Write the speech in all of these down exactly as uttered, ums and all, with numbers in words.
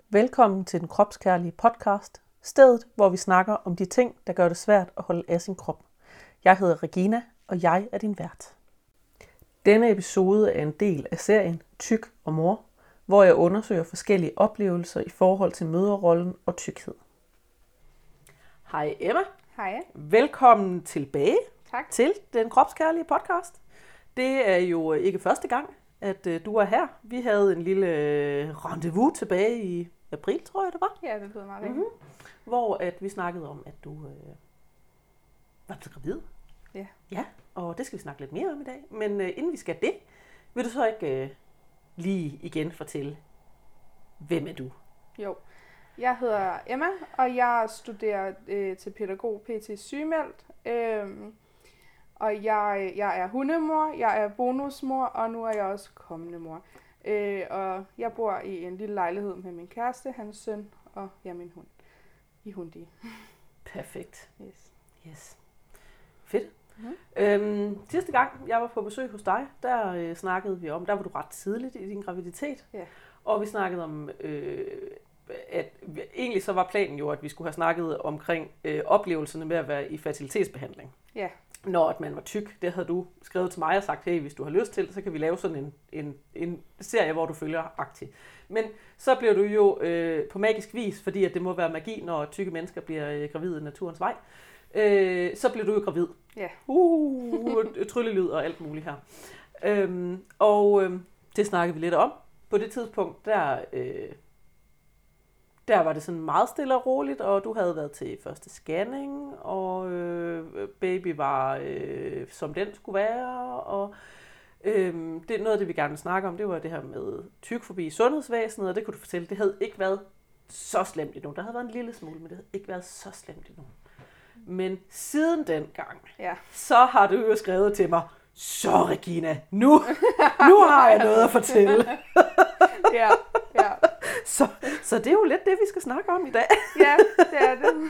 Velkommen til den kropskærlige podcast, stedet hvor vi snakker om de ting, der gør det svært at holde af sin krop. Jeg hedder Regina, og jeg er din vært. Denne episode er en del af serien Tyk og Mor, hvor jeg undersøger forskellige oplevelser i forhold til mødrerollen og tykkhed. Hej Emma. Hej. Velkommen tilbage Tak. til den kropskærlige podcast. Det er jo ikke første gang, at du er her. Vi havde en lille rendezvous tilbage i april, tror jeg det var. Ja, det lyder meget Mm-hmm. Hvor at vi snakkede om, at du øh, var blevet gravid. Ja. Ja, og det skal vi snakke lidt mere om i dag. Men øh, inden vi skal det, vil du så ikke øh, lige igen fortælle, hvem er du? Jo. Jeg hedder Emma, og jeg studerer øh, til pædagog P T sygemeldt. Øhm, og jeg, jeg er hundemor, jeg er bonusmor, og nu er jeg også kommende mor. Øh, og jeg bor i en lille lejlighed med min kæreste, hans søn og ja, min hund. I Hundi. Perfekt. Yes. Yes. Fedt. Mm-hmm. Øhm, sidste gang, jeg var på besøg hos dig, der øh, snakkede vi om, der var du ret tidligt i din graviditet. Ja. Og vi snakkede om, øh, at vi, egentlig så var planen jo, at vi skulle have snakket omkring øh, oplevelserne med at være i fertilitetsbehandling. Ja. Når at man var tyk, det havde du skrevet til mig og sagt, hey, hvis du har lyst til, så kan vi lave sådan en, en, en serie, hvor du følger aktivt. Men så blev du jo øh, på magisk vis, fordi at det må være magi, når tykke mennesker bliver øh, gravide i naturens vej, øh, så blev du jo gravid. Ja. Uh, tryllelyd og alt muligt her. Øhm, og øh, det snakkede vi lidt om. På det tidspunkt, der... Øh, Der var det sådan meget stille og roligt, og du havde været til første scanning, og øh, baby var, øh, som den skulle være. Og øh, det, noget af det, vi gerne vil snakke om, det var det her med tykfobi i sundhedsvæsenet, og det kunne du fortælle, det havde ikke været så slemt endnu. Der havde været en lille smule, men det havde ikke været så slemt endnu. Men siden den gang, Ja. så har du jo skrevet til mig, så Regina, nu, nu har jeg noget at fortælle. Ja, ja. Så, så det er jo lidt det, vi skal snakke om i dag. Ja, det er det.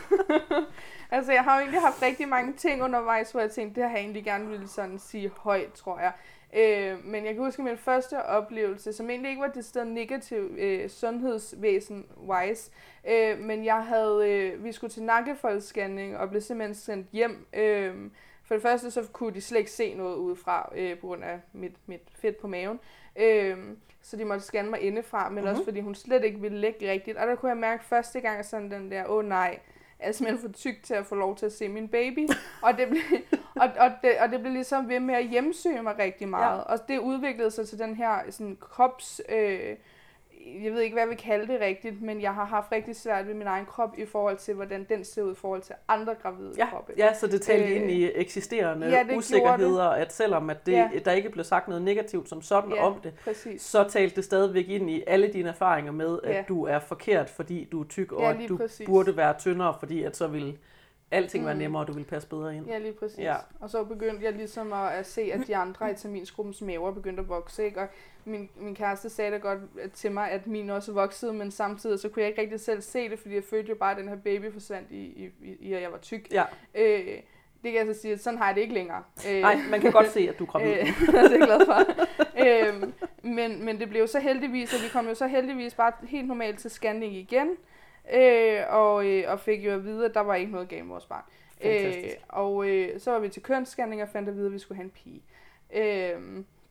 Altså, jeg har jo egentlig haft rigtig mange ting undervejs, hvor jeg tænkte, det har jeg egentlig gerne ville sådan sige højt, tror jeg. Øh, men jeg kan huske min første oplevelse, som egentlig ikke var det sted negativ øh, sundhedsvæsen-wise, øh, men jeg havde, øh, vi skulle til nakkefoldsscanning og blev simpelthen sendt hjem. Øh, for det første, så kunne de slet ikke se noget udefra, øh, på grund af mit, mit fedt på maven. Øh, Så de måtte scanne mig indefra, men mm-hmm. også fordi hun slet ikke ville ligge rigtigt. Og der kunne jeg mærke første gang sådan den der, åh oh, nej, jeg er simpelthen for tyk til at få lov til at se min baby. og, det blev, og, og, det, og det blev ligesom ved med at hjemsøge mig rigtig meget. Ja. Og det udviklede sig til den her sådan, krops... Øh, jeg ved ikke, hvad jeg vil kalde det rigtigt, men jeg har haft rigtig svært ved min egen krop i forhold til, hvordan den ser ud i forhold til andre gravide ja, kroppe. Ja, så det talte øh, ind i eksisterende ja, usikkerheder, at selvom at det, ja. der ikke blev sagt noget negativt som sådan ja, om det, præcis. så talte det stadigvæk ind i alle dine erfaringer med, at ja. du er forkert, fordi du er tyk, og ja, at du præcis. burde være tyndere, fordi at så ville alting mm. være nemmere, og du ville passe bedre ind. Ja, lige præcis. Ja. Og så begyndte jeg ligesom at, at se, at de andre i terminsgruppens maver begyndte at vokse, ikke? Og min, min kæreste sagde da godt til mig, at min også voksede, men samtidig så kunne jeg ikke rigtig selv se det, fordi jeg følte jo bare, at den her baby forsvandt i, i, i at jeg var tyk. Ja. Øh, det kan jeg så sige, at sådan har jeg det ikke længere. Øh, Nej, man kan godt se, at du er gravid. øh, det er jeg glad for. øh, men, men det blev jo så heldigvis, og vi kom jo så heldigvis bare helt normalt til scanning igen, øh, og, øh, og fik jo at vide, at der var ikke noget galt med vores barn. Øh, og øh, så var vi til kønsscanning og fandt at vide, at vi skulle have en pige. Øh,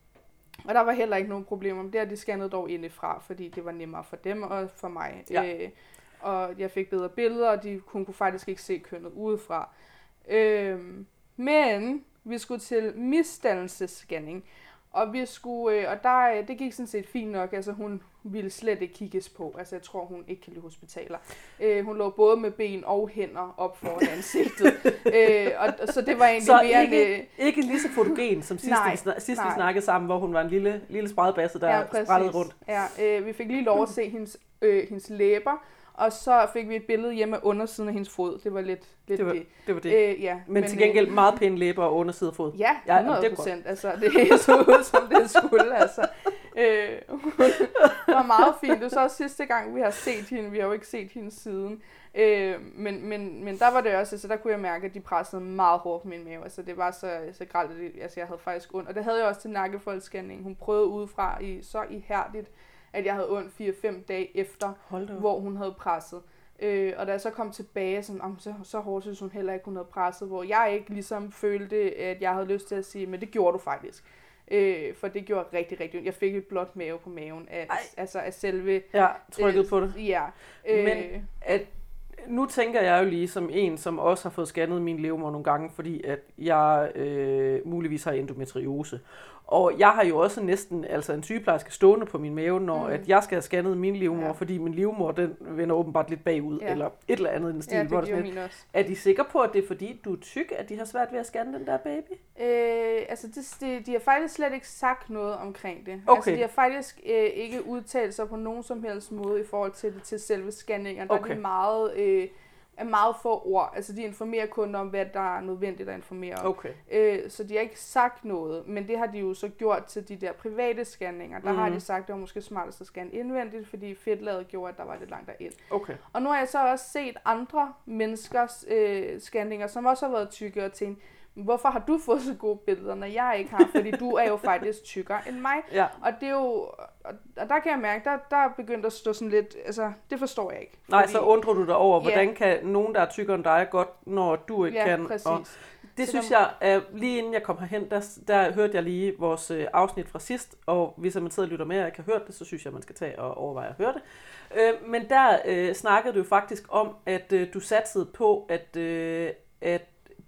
og der var heller ikke nogen problemer med det, og de scannede dog indefra, fordi det var nemmere for dem og for mig. Ja. Øh, og jeg fik bedre billeder, og de kunne, kunne faktisk ikke se kønnet udefra. Øh, men vi skulle til misdannelsesscanning, og vi skulle, øh, og der, det gik sådan set fint nok, altså hun ville slet ikke kigges på, altså jeg tror hun ikke kan lide hospitaler. Øh, hun lå både med ben og hænder op foran ansigtet, øh, og, og så det var egentlig så mere ikke, en, ikke lige så fotogen som sidst, nej, vi, snak, sidst vi nej. snakkede sammen, hvor hun var en lille, lille spredbasse, der ja, spredede rundt. Ja, øh, vi fik lige lov at se hendes, øh, hendes læber, og så fik vi et billede hjemme af undersiden af hendes fod. Det var lidt, lidt det. Var, det. det, var det. Øh, ja, men, men til gengæld øh, meget pæne læber og underside af fod. Ja, hundrede procent. Ja, altså, det så ud, som det skulle. Altså. Øh, det var meget fint. Det var så også sidste gang, vi har set hende. Vi har jo ikke set hende siden. Øh, men, men, men der var det også, altså der kunne jeg mærke, at de pressede meget hårdt på min mave. Altså det var så, så grelt, altså jeg havde faktisk ondt. Og det havde jeg også til nakkefoldsscanning. Hun prøvede udefra i så ihærdigt at jeg havde ondt fire fem dage efter, hvor hun havde presset. Øh, og da jeg så kom tilbage, sådan, om, så, så hårdt synes hun heller ikke, hun havde presset, hvor jeg ikke ligesom følte, at jeg havde lyst til at sige, men det gjorde du faktisk. Øh, for det gjorde rigtig, rigtig ondt. Jeg fik et blåt mave på maven af, altså af selve... Ja, trykket øh, på det. Ja. Øh, men at, nu tænker jeg jo lige som en, som også har fået scannet min levermor nogle gange, fordi at jeg øh, muligvis har endometriose. Og jeg har jo også næsten altså en sygeplejerske stående på min mave, når mm. at jeg skal have scannet min livmor, ja. fordi min livmor, den vender åbenbart lidt bagud, ja. eller et eller andet i den stil. Ja, det hvor gjorde min også. Er de sikre på, at det er fordi, du er tyk, at de har svært ved at scanne den der baby? Øh, altså, det, det, de har faktisk slet ikke sagt noget omkring det. Okay. Altså, de har faktisk øh, ikke udtalt sig på nogen som helst måde i forhold til det, til selve scanningen. Der okay. er de meget... Øh, er meget få ord. Altså, de informerer kun om, hvad der er nødvendigt at informere om. Okay. Øh, så de har ikke sagt noget, men det har de jo så gjort til de der private scanninger. Der mm. har de sagt, at det var måske smartest at scanne indvendigt, fordi fedtlaget gjorde, at der var lidt langt derind. Okay. Og nu har jeg så også set andre menneskers øh, scanninger, som også har været tykke og tænkt, hvorfor har du fået så gode billeder, når jeg ikke har? Fordi du er jo faktisk tykkere end mig. Ja. Og det er jo, og der kan jeg mærke, der, der er begyndt at stå sådan lidt, altså det forstår jeg ikke. Fordi, nej, så undrer du dig over, hvordan ja. kan nogen, der er tykkere end dig, godt, når du ikke ja, kan. Præcis. Og det så synes der... jeg, at lige inden jeg kom herhen, der, der hørte jeg lige vores øh, afsnit fra sidst, og hvis man sidder og lytter med, og ikke har hørt det, så synes jeg, man skal tage og overveje at høre det. Øh, men der øh, snakkede du faktisk om, at øh, du satsede på, at, øh, at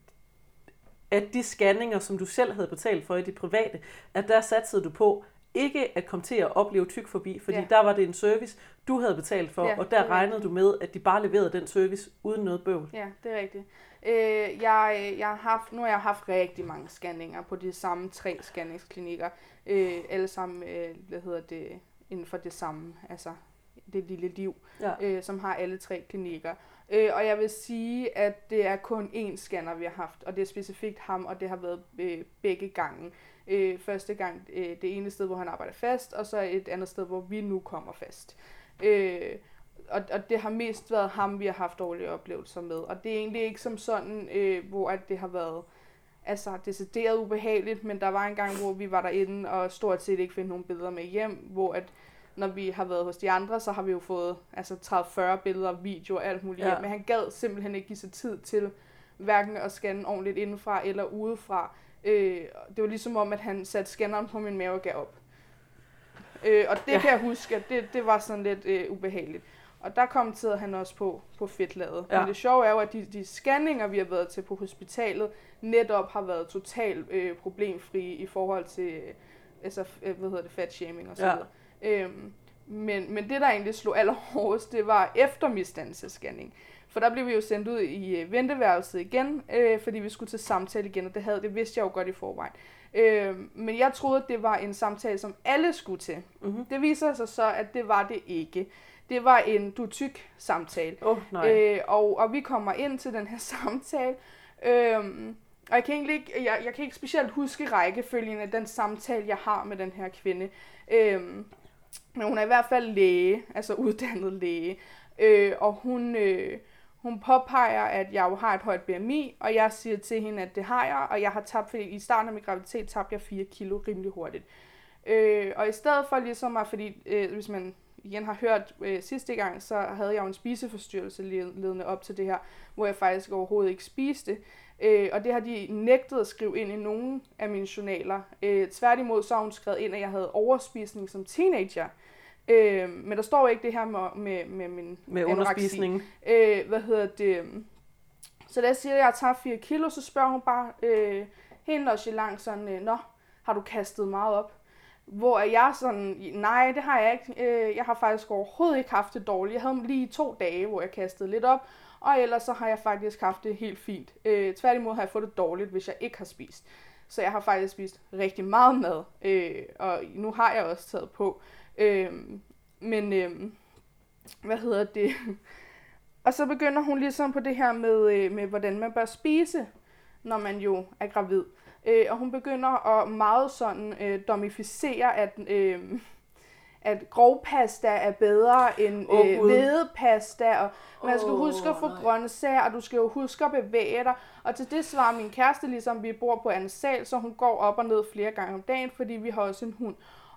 at de scanninger, som du selv havde betalt for i det private, at der satsede du på ikke at komme til at opleve tyk forbi, fordi ja. der var det en service, du havde betalt for, ja, og der regnede rigtigt. du med, at de bare leverede den service uden noget bøvl. Ja, det er rigtigt. Øh, jeg, jeg har haft, nu har jeg haft rigtig mange scanninger på de samme tre scanningsklinikker, øh, alle sammen, øh, hvad hedder det, inden for det samme, altså det lille liv, ja. øh, som har alle tre klinikker. Øh, og jeg vil sige, at det er kun én scanner, vi har haft, og det er specifikt ham, og det har været øh, begge gange. Øh, første gang øh, det ene sted, hvor han arbejder fast, og så et andet sted, hvor vi nu kommer fast. Øh, og, og det har mest været ham, vi har haft dårlige oplevelser med. Og det er egentlig ikke som sådan, øh, hvor at det har været altså decideret ubehageligt, men der var en gang, hvor vi var derinde, og stort set ikke fik nogen billeder med hjem, hvor at når vi har været hos de andre, så har vi jo fået altså tredive fyrre billeder, videoer og alt muligt. Ja. Men han gad simpelthen ikke give sig tid til hverken at scanne ordentligt indenfra eller udefra. Øh, det var ligesom om, at han satte scanneren på min mave og gav op. Øh, og det ja. kan jeg huske, at det, det var sådan lidt øh, ubehageligt. Og der kommenterede han også på, på fedtlaget. Ja. Men det sjove er jo, at de, de scanninger, vi har været til på hospitalet, netop har været totalt øh, problemfrie i forhold til øh, altså, hvad hedder det, fat shaming og så videre. Ja. Øhm, men, men det, der egentlig slog allerhårdest, det var efter misdannelsesscanning. For der blev vi jo sendt ud i øh, venteværelset igen, øh, fordi vi skulle til samtale igen, og det, havde, det vidste jeg jo godt i forvejen. Øh, men jeg troede, at det var en samtale, som alle skulle til. Mm-hmm. Det viser sig så, at det var det ikke. Det var en du tyk samtale. Oh, nej. Øh, og, og vi kommer ind til den her samtale, øh, og jeg kan egentlig ikke, jeg, jeg kan ikke specielt huske rækkefølgen af den samtale, jeg har med den her kvinde. Øh, men hun er i hvert fald læge, altså uddannet læge. Øh, og hun, øh, hun påpeger, at jeg jo har et højt B M I, og jeg siger til hende, at det har jeg, og jeg har tabt, fordi i starten af min graviditet tabte jeg fire kilo rimelig hurtigt. Øh, og i stedet for ligesom at, fordi øh, hvis man igen har hørt øh, sidste gang, så havde jeg jo en spiseforstyrrelse ledende op til det her, hvor jeg faktisk overhovedet ikke spiste. Øh, og det har de nægtet at skrive ind i nogle af mine journaler. Øh, tværtimod så har hun skrevet ind, at jeg havde overspisning som teenager. Øh, men der står ikke det her med, med, med min med underspisning. Øh, hvad hedder det? Så da jeg siger, at jeg har taget fire kilo, så spørger hun bare øh, helt nonchalant sådan, øh, nå, har du kastet meget op? Hvor er jeg sådan, nej, det har jeg ikke. Øh, jeg har faktisk overhovedet ikke haft det dårligt. Jeg havde lige to dage, hvor jeg kastede lidt op, og ellers så har jeg faktisk haft det helt fint. Øh, tværtimod har jeg fået det dårligt, hvis jeg ikke har spist. Så jeg har faktisk spist rigtig meget mad, øh, og nu har jeg også taget på. Øh, men, øh, hvad hedder det? Og så begynder hun ligesom på det her med, øh, med hvordan man bør spise, når man jo er gravid. Øh, og hun begynder at meget sådan øh, domificere, at, øh, at grovpasta er bedre end oh, øh, hvedepasta, og man skal oh, huske at få nej. grøntsager, og du skal jo huske at bevæge dig. Og til det svarer min kæreste, ligesom vi bor på anden sal, så hun går op og ned flere gange om dagen, fordi vi har også en hund.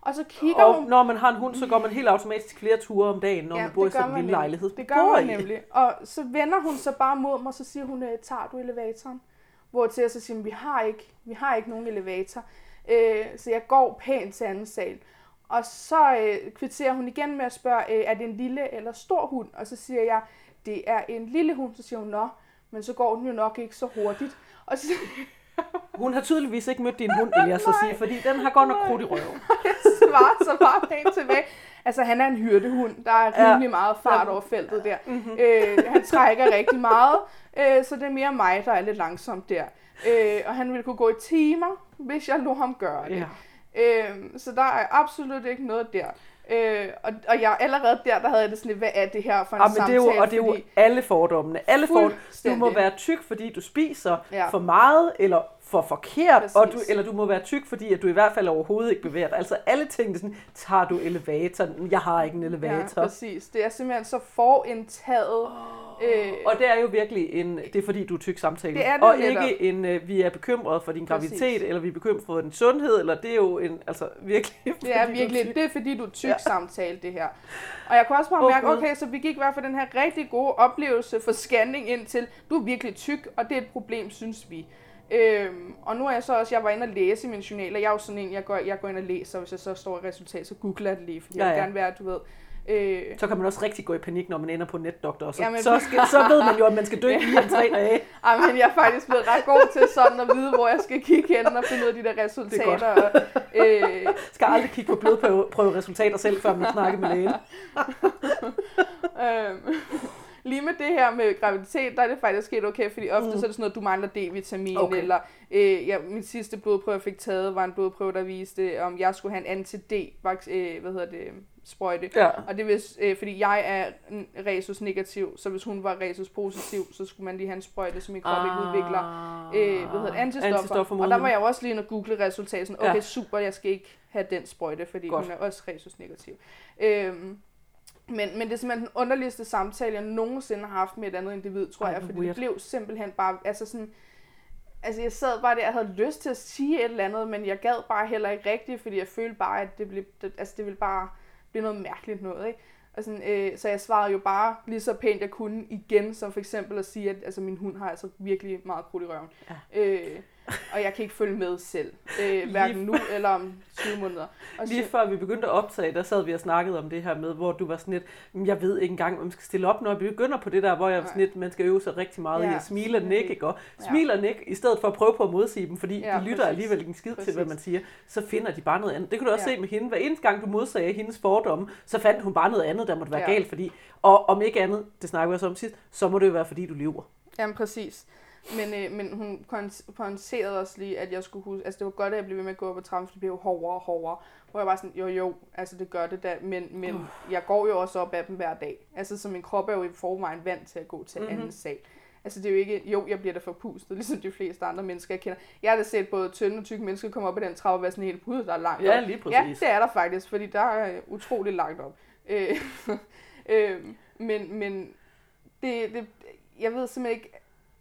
Og så kigger og hun... når man har en hund, så går man helt automatisk flere ture om dagen, når ja, man bor i sådan en lille nemlig. lejlighed. Det gør man nemlig. Og så vender hun sig bare mod mig, og så siger hun, tager du elevatoren? Hvor til jeg så siger, vi har ikke, vi har ikke nogen elevator. Øh, så jeg går pænt til anden sal. Og så øh, kvitterer hun igen med at spørge, øh, er det en lille eller stor hund? Og så siger jeg, det er en lille hund. Så siger hun, nå, men så går den jo nok ikke så hurtigt. Og så... Hun har tydeligvis ikke mødt din hund, vil jeg så sige, fordi den har godt nok krudt i røven. Jeg svarer så bare pænt tilbage. Altså, han er en hyrdehund. Der er rimelig meget fart over feltet der. Mm-hmm. Øh, han trækker rigtig meget, øh, så det er mere mig, der er lidt langsomt der. Øh, og han ville kunne gå i timer, hvis jeg lod ham gøre det. Ja. Øh, så der er absolut ikke noget der. Øh, og, og jeg allerede der, der havde jeg det sådan lidt, hvad er det her for en ja, men samtale? Det er jo, og det er jo alle fordommene. Alle fordommene. Du må være tyk, fordi du spiser ja. for meget, eller for forkert, og du, eller du må være tyk, fordi at du i hvert fald overhovedet ikke bevæger dig. Altså alle ting, det er sådan, tager du elevatoren? Jeg har ikke en elevator. Ja, præcis. Det er simpelthen så forindtaget. Oh, øh, og det er jo virkelig en, det er fordi du er tyk samtale. Det er det og netop. Ikke en, øh, vi er bekymret for din graviditet, præcis. Eller vi er bekymret for din sundhed, eller det er jo en, altså virkelig. Det er virkelig, det er fordi du er tyk ja. samtale, det her. Og jeg kunne også bare mærke, okay, så vi gik i hvert fald den her rigtig gode oplevelse for scanning ind til, du er virkelig tyk, og det er et problem, synes vi. Øhm, og nu er jeg så også, jeg var inde og læse i min journal, og jeg er jo sådan en, jeg går, jeg går ind og læser, og hvis jeg så står i resultat, så googler jeg det lige, fordi ja, ja. jeg vil gerne være, du ved. Øh, så kan man også rigtig gå i panik, når man ender på netdoktor, og så, jamen, så, skal, så ved man jo, at man skal dø i en tre dage. Ej, men jeg er faktisk blevet ret god til sådan at vide, hvor jeg skal kigge hen og finde ud af de der resultater. Og, øh, skal aldrig kigge på blodprøveresultater selv, før man snakker med lægen. øhm, Lige med det her med graviditet, der er det faktisk helt okay, fordi ofte mm. så er det sådan noget, du mangler D-vitamin, okay. eller øh, ja, min sidste blodprøve, jeg fik taget, var en blodprøve, der viste, om jeg skulle have en anti-D, øh, hvad hedder det, sprøjte. Ja. Og det hvis, øh, fordi jeg er rhesus negativ, så hvis hun var rhesus positiv, så skulle man lige have en sprøjte, som min krop ah. ikke udvikler, øh, hvad hedder det, antistoffer. antistoffer og der var jeg jo også lige inde og google resultatet, okay, ja. super, jeg skal ikke have den sprøjte, fordi godt. Hun er også rhesus negativ. Øh, Men, men det er simpelthen den underligste samtale, jeg nogensinde har haft med et andet individ, tror jeg, fordi det blev simpelthen bare, altså sådan, altså jeg sad bare der, jeg havde lyst til at sige et eller andet, men jeg gad bare heller ikke rigtigt, fordi jeg følte bare, at det blev, det, altså det ville bare blive noget mærkeligt noget, ikke? Og sådan, øh, så jeg svarede jo bare lige så pænt jeg kunne igen, som for eksempel at sige, at altså, min hund har altså virkelig meget krudt i røven. Ja. Øh, og jeg kan ikke følge med selv, øh, hverken nu eller om tyve måneder. Og lige så, før vi begyndte at optage, der sad vi og snakkede om det her med, hvor du var sådan lidt, jeg ved ikke engang, om man skal stille op, når vi begynder på det der, hvor jeg var sådan lidt, man skal øve sig rigtig meget ja, i at smile og nikke, ikke? Og smile og nikke, i stedet for at prøve på at modsige dem, fordi ja, de lytter præcis. alligevel ikke en skid præcis. til, hvad man siger, så finder de bare noget andet. Det kan du også ja. se med hende. Hver eneste gang, du modsagde hendes fordomme, så fandt hun bare noget andet, der måtte være ja. galt, fordi, og om ikke andet, det snakker vi også om sidst, så må det jo være, fordi du lyver. Jamen præcis. Men, øh, men hun pointerede også lige, at jeg skulle huske, altså det var godt, at jeg blev ved med at gå op ad trappen, for det blev jo hårdere og hårdere. Hvor jeg var sådan, jo jo, altså det gør det da, men, men uh. jeg går jo også op ad dem hver dag. Altså så min krop er jo i forvejen vant til at gå til mm-hmm. anden sal. Altså det er jo ikke, jo jeg bliver da forpustet, ligesom de fleste andre mennesker jeg kender. Jeg har da set både tynde og tykke mennesker komme op ad den trappe og være sådan helt pudet, der er langt op. Ja, lige præcis. Ja, det er der faktisk, fordi der er utrolig langt op. Øh, øh, men men det, det, jeg ved simpelthen ikke.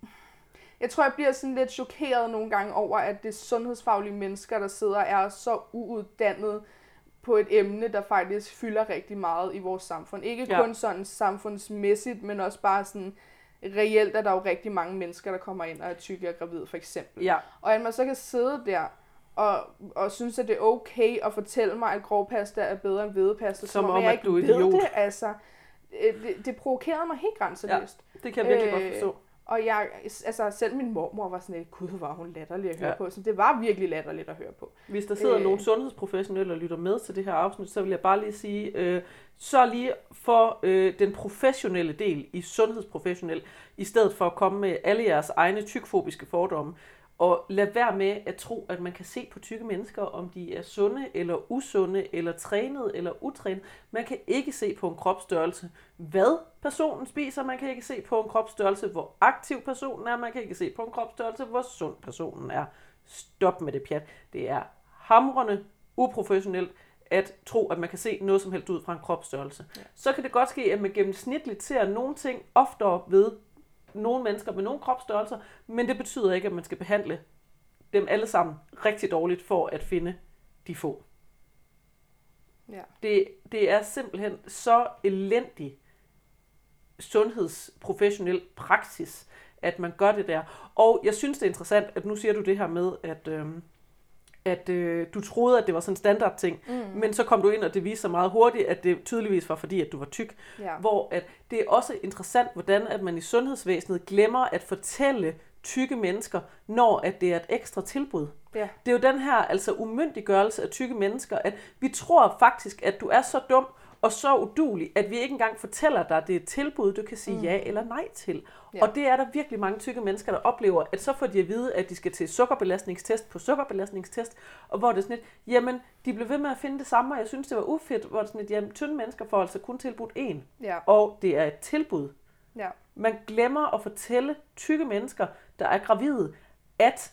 Jeg tror, jeg bliver sådan lidt chokeret nogle gange over, at det er sundhedsfaglige mennesker, der sidder og er så uuddannet på et emne, der faktisk fylder rigtig meget i vores samfund. Ikke ja. kun sådan samfundsmæssigt, men også bare sådan reelt, at der er jo rigtig mange mennesker, der kommer ind og er tykke og gravide, for eksempel. Ja. Og at man så kan sidde der og, og synes, at det er okay at fortælle mig, at grovpasta er bedre end hvedepasta, som, som om, jeg at ikke du er ved idiot. det. Altså, det, det provokerede mig helt grænseløst. Ja, det kan jeg virkelig øh, godt forstå. Og jeg, altså selv min mormor var sådan lidt, gud, hvor var hun latterlig at høre ja. på. Så det var virkelig latterligt at høre på. Hvis der sidder øh, nogle sundhedsprofessionelle og lytter med til det her afsnit, så vil jeg bare lige sige, øh, så lige for øh, den professionelle del i sundhedsprofessionel, i stedet for at komme med alle jeres egne tykfobiske fordomme, og lad være med at tro, at man kan se på tykke mennesker, om de er sunde eller usunde, eller trænet eller utrænet. Man kan ikke se på en kropsstørrelse, hvad personen spiser. Man kan ikke se på en kropsstørrelse, hvor aktiv personen er. Man kan ikke se på en kropsstørrelse, hvor sund personen er. Stop med det pjat. Det er hamrende uprofessionelt at tro, at man kan se noget som helst ud fra en kropsstørrelse. Ja. Så kan det godt ske, at man gennemsnitligt ser nogle ting oftere ved nogle mennesker med nogle kropsstørrelser, men det betyder ikke, at man skal behandle dem alle sammen rigtig dårligt for at finde de få. Ja. Det, det er simpelthen så elendig sundhedsprofessionel praksis, at man gør det der. Og jeg synes, det er interessant, at nu siger du det her med, at, øh, at øh, du troede, at det var sådan en standardting, mm. men så kom du ind, og det viste sig meget hurtigt, at det tydeligvis var fordi, at du var tyk. Ja. Hvor at det er også interessant, hvordan at man i sundhedsvæsenet glemmer at fortælle tykke mennesker, når at det er et ekstra tilbud. Ja. Det er jo den her altså umyndiggørelse af tykke mennesker, at vi tror faktisk, at du er så dum og så uduelig, at vi ikke engang fortæller dig, at det er et tilbud, du kan sige mm. ja eller nej til. Ja. Og det er der virkelig mange tykke mennesker, der oplever, at så får de at vide, at de skal til sukkerbelastningstest på sukkerbelastningstest, og hvor det er sådan lidt, jamen, de blev ved med at finde det samme, og jeg synes, det var ufedt, hvor det er sådan lidt, jamen, tynde mennesker får altså kun tilbudt én, ja. Og det er et tilbud. Ja. Man glemmer at fortælle tykke mennesker, der er gravide, at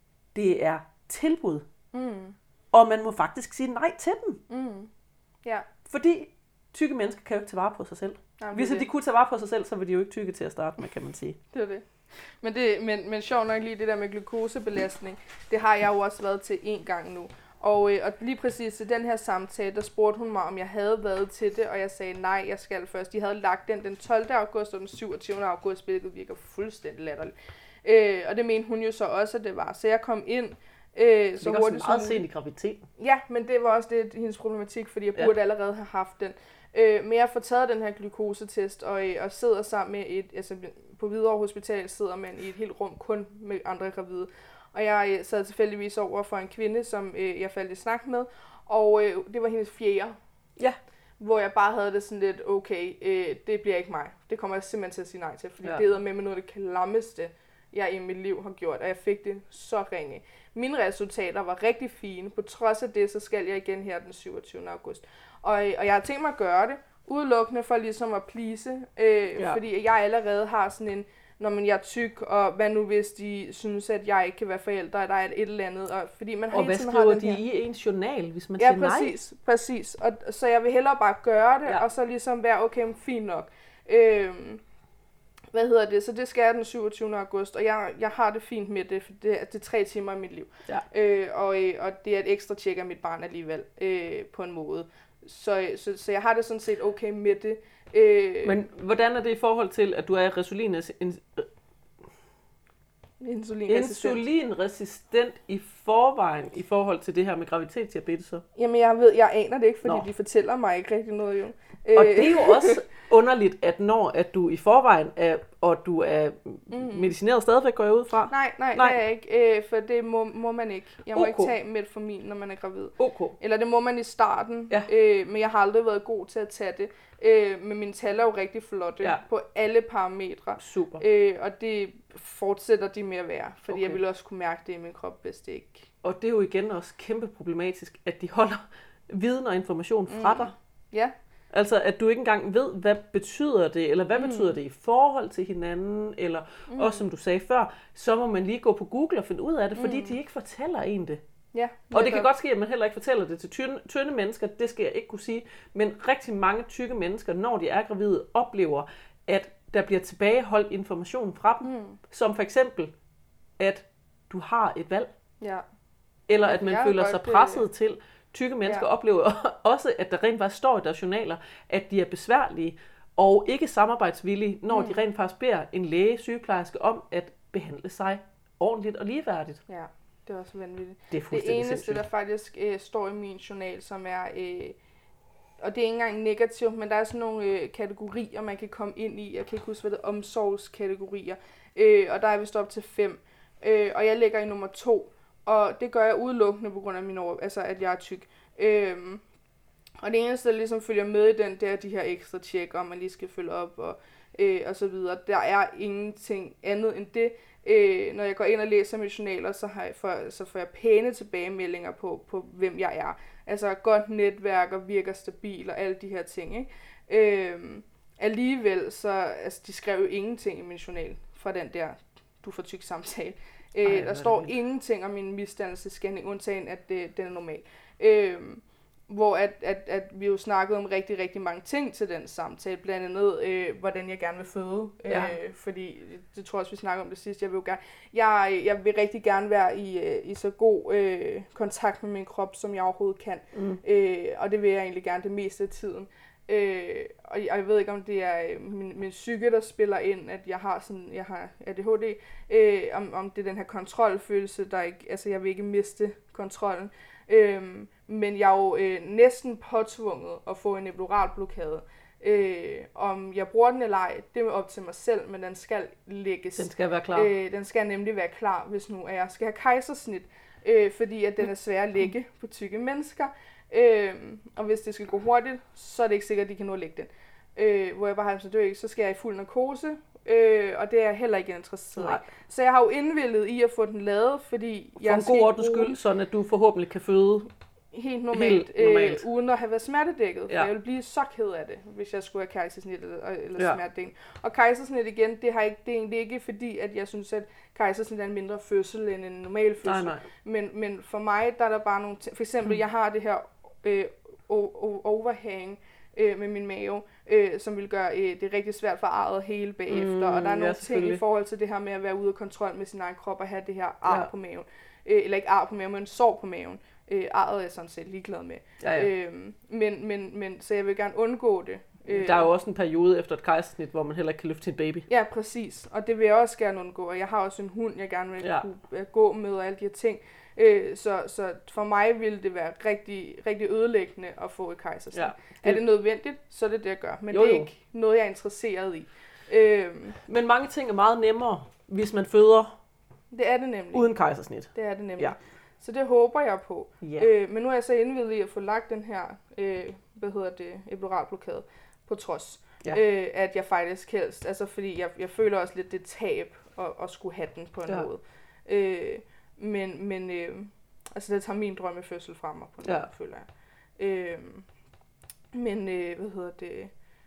det er tilbud. Mm. Og man må faktisk sige nej til dem. Mm. Ja. Fordi tykke mennesker kan jo ikke tage vare på sig selv. Jamen, Hvis de kunne tage vare på sig selv, så var de jo ikke tykke til at starte med, kan man sige. Det er det. Men, det, men, men sjovt nok lige det der med glukosebelastning, det har jeg jo også været til en gang nu. Og, øh, og lige præcis til den her samtale, der spurgte hun mig, om jeg havde været til det, og jeg sagde nej, jeg skal først. De havde lagt den den tolvte august og den syvogtyvende august, hvilket virker fuldstændig latterligt. Øh, og det mente hun jo så også, at det var. Så jeg kom ind øh, så hurtigt. Det er meget sent i graviditeten. Ja, men det var også det, hendes problematik, fordi jeg burde ja. allerede have haft den. Øh, men jeg får taget den her glukosetest, og, og sidder sammen med et, altså på Hvidovre Hospital sidder man i et helt rum kun med andre gravide. Og jeg øh, sad tilfældigvis over for en kvinde, som øh, jeg faldt i snak med, og øh, det var hendes fjerde. Ja. Hvor jeg bare havde det sådan lidt, okay, øh, det bliver ikke mig. Det kommer jeg simpelthen til at sige nej til, fordi ja. det er med mig noget af det klammeste, jeg i mit liv har gjort, og jeg fik det så ringe. Mine resultater var rigtig fine. På trods af det, så skal jeg igen her den syvogtyvende august. Og, og jeg har tænkt mig at gøre det, udelukkende for ligesom at please, øh, ja. fordi jeg allerede har sådan en, når man jeg er tyk, og hvad nu hvis de synes, at jeg ikke kan være forældre, der er et eller andet. Og, fordi man og hvad skriver de her i ens journal, hvis man ja, siger præcis, nej? Ja, præcis. Og, så jeg vil hellere bare gøre det, ja. og så ligesom være okay, fint nok. Øh, hvad hedder det? Så det skal jeg den syvogtyvende august, og jeg, jeg har det fint med det, for det, det er tre timer i mit liv. Ja. Øh, og, og det er et ekstra tjek af mit barn alligevel, øh, på en måde. Så, så, så jeg har det sådan set okay med det. Øh, Men hvordan er det i forhold til, at du er insulin, insulinresistent. insulinresistent i forvejen i forhold til det her med graviditetsdiabetes? Så? Jamen jeg ved, jeg aner det ikke, fordi Nå. de fortæller mig ikke rigtig noget jo. Og det er jo også underligt, at når at du i forvejen er, og du er mm. medicineret stadigvæk, går jeg ud fra? Nej, nej, nej. Det er jeg ikke, øh, for det må, må man ikke. Jeg må okay. ikke tage metformin, når man er gravid. Okay. Eller det må man i starten, ja. øh, men jeg har aldrig været god til at tage det. Øh, men mine tal er jo rigtig flotte ja. på alle parametre. Super. Øh, og det fortsætter de med at være, fordi okay. jeg ville også kunne mærke det i min krop, hvis det ikke... Og det er jo igen også kæmpe problematisk, at de holder viden og information fra mm. dig. Ja. Altså, at du ikke engang ved, hvad betyder det, eller hvad mm. betyder det i forhold til hinanden, eller mm. også som du sagde før, så må man lige gå på Google og finde ud af det, fordi mm. de ikke fortæller en det. Ja, og det kan godt ske, at man heller ikke fortæller det til tynde, tynde mennesker, det skal jeg ikke kunne sige, men rigtig mange tykke mennesker, når de er gravide, oplever, at der bliver tilbageholdt information fra dem, mm. som for eksempel, at du har et valg, ja. eller at man føler sig presset det. til. Tykke mennesker ja. oplever også, at der rent faktisk står i deres journaler, at de er besværlige og ikke samarbejdsvillige, når mm. de rent faktisk beder en læge, sygeplejerske om at behandle sig ordentligt og ligeværdigt. Ja, det er også vanvittigt. Det er fuldstændig Det eneste, sindssygt. der faktisk øh, står i min journal, som er, øh, og det er ikke engang negativt, men der er sådan nogle øh, kategorier, man kan komme ind i. Jeg kan ikke huske, hvad det er, omsorgskategorier. Øh, og der er vist op til fem. Øh, og jeg ligger i nummer to. Og det gør jeg udelukkende på grund af min over, altså at jeg er tyk. Øhm, og det eneste, der ligesom følger med i den, det er de her ekstra tjek, om man lige skal følge op og, øh, og så videre. Der er ingenting andet end det. Øh, når jeg går ind og læser mine journaler, så, har jeg for, så får jeg pæne tilbagemeldinger på, på, hvem jeg er. Altså godt netværk og virker stabil og alle de her ting. Ikke? Øhm, alligevel, så altså, de skrev jo ingenting i min journal fra den der, du får tyk samtale. Øh, Ej, der står ingenting om min misdannelsesscanning, undtagen at det, den er normal. Øh, hvor at, at, at vi jo snakkede om rigtig, rigtig mange ting til den samtale, blandt andet, øh, hvordan jeg gerne vil føde, ja. øh, fordi det tror jeg også, vi snakkede om det sidste, jeg vil jo gerne, jeg, jeg vil rigtig gerne være i, i så god øh, kontakt med min krop, som jeg overhovedet kan, mm. øh, og det vil jeg egentlig gerne det meste af tiden. Øh, og jeg ved ikke, om det er min, min psyke, der spiller ind, at jeg har sådan, jeg har A D H D, øh, om, om det er den her kontrolfølelse, der ikke, altså jeg vil ikke miste kontrollen. Øhm, men jeg er jo øh, næsten påtvunget at få en epiduralblokade. Øh, om jeg bruger den eller ej, det er op til mig selv, men den skal lægges. Den skal være klar. Øh, den skal nemlig være klar, hvis nu at jeg skal have kejsersnit, øh, fordi at den er svær at lægge på tykke mennesker. Øh, og hvis det skal gå hurtigt, så er det ikke sikkert, at de kan nå at lægge den. Øh, hvor jeg bare har så dør ikke, så skal jeg i fuld narkose. Øh, og det er jeg heller ikke interesseret i. Så jeg har jo indvillet i at få den lavet, fordi for jeg en god ordens skyld, sådan at du forhåbentlig kan føde helt normalt, helt normalt. Øh, uden at have været smertedækket. Ja. For jeg ville blive så ked af det, hvis jeg skulle have kejsersnit eller, eller ja. smertedækning. Og kejsersnit igen, det, har ikke, det er egentlig ikke fordi, at jeg synes, at kejsersnit er en mindre fødsel end en normal fødsel. Nej, nej. Men, men for mig, der er der bare nogle ting. For eksempel, hmm. jeg har det her øh, overhang øh, med min mave, øh, som vil gøre øh, det rigtig svært for arret hele bagefter. Mm, og der er nogle ja, ting i forhold til det her med at være ude af kontrol med sin egen krop og have det her ar ja. på maven. Øh, eller ikke ar på maven, men sår på maven. Øh, arret er jeg sådan set ligeglad med. Ja, ja. Øh, men, men, men, så jeg vil gerne undgå det. Øh, der er jo også en periode efter et kejsersnit, hvor man heller ikke kan løfte sin baby. Ja, præcis. Og det vil jeg også gerne undgå. Og jeg har også en hund, jeg gerne vil ja. kunne gå med og alle de her ting. Øh, så, så for mig ville det være rigtig, rigtig ødelæggende at få et kejsersnit. Ja, det... Er det nødvendigt, så er det det, jeg gør. Men jo, det er jo. ikke noget, jeg er interesseret i. Øh, Men mange ting er meget nemmere, hvis man føder det er det nemlig. uden kejsersnit. Det er det nemlig. Ja. Så det håber jeg på. Ja. Øh, men nu er jeg så indvillig i at få lagt den her, øh, hvad hedder det, epiduralblokade på trods. Ja. Øh, at jeg faktisk helst, altså fordi jeg, jeg føler også lidt det tab at, at skulle have den på en ja. måde. Øh, men men øh, altså det tager min drømmefødsel fra mig på en ja. måde, føler jeg. Øh, men øh, hvad hedder det,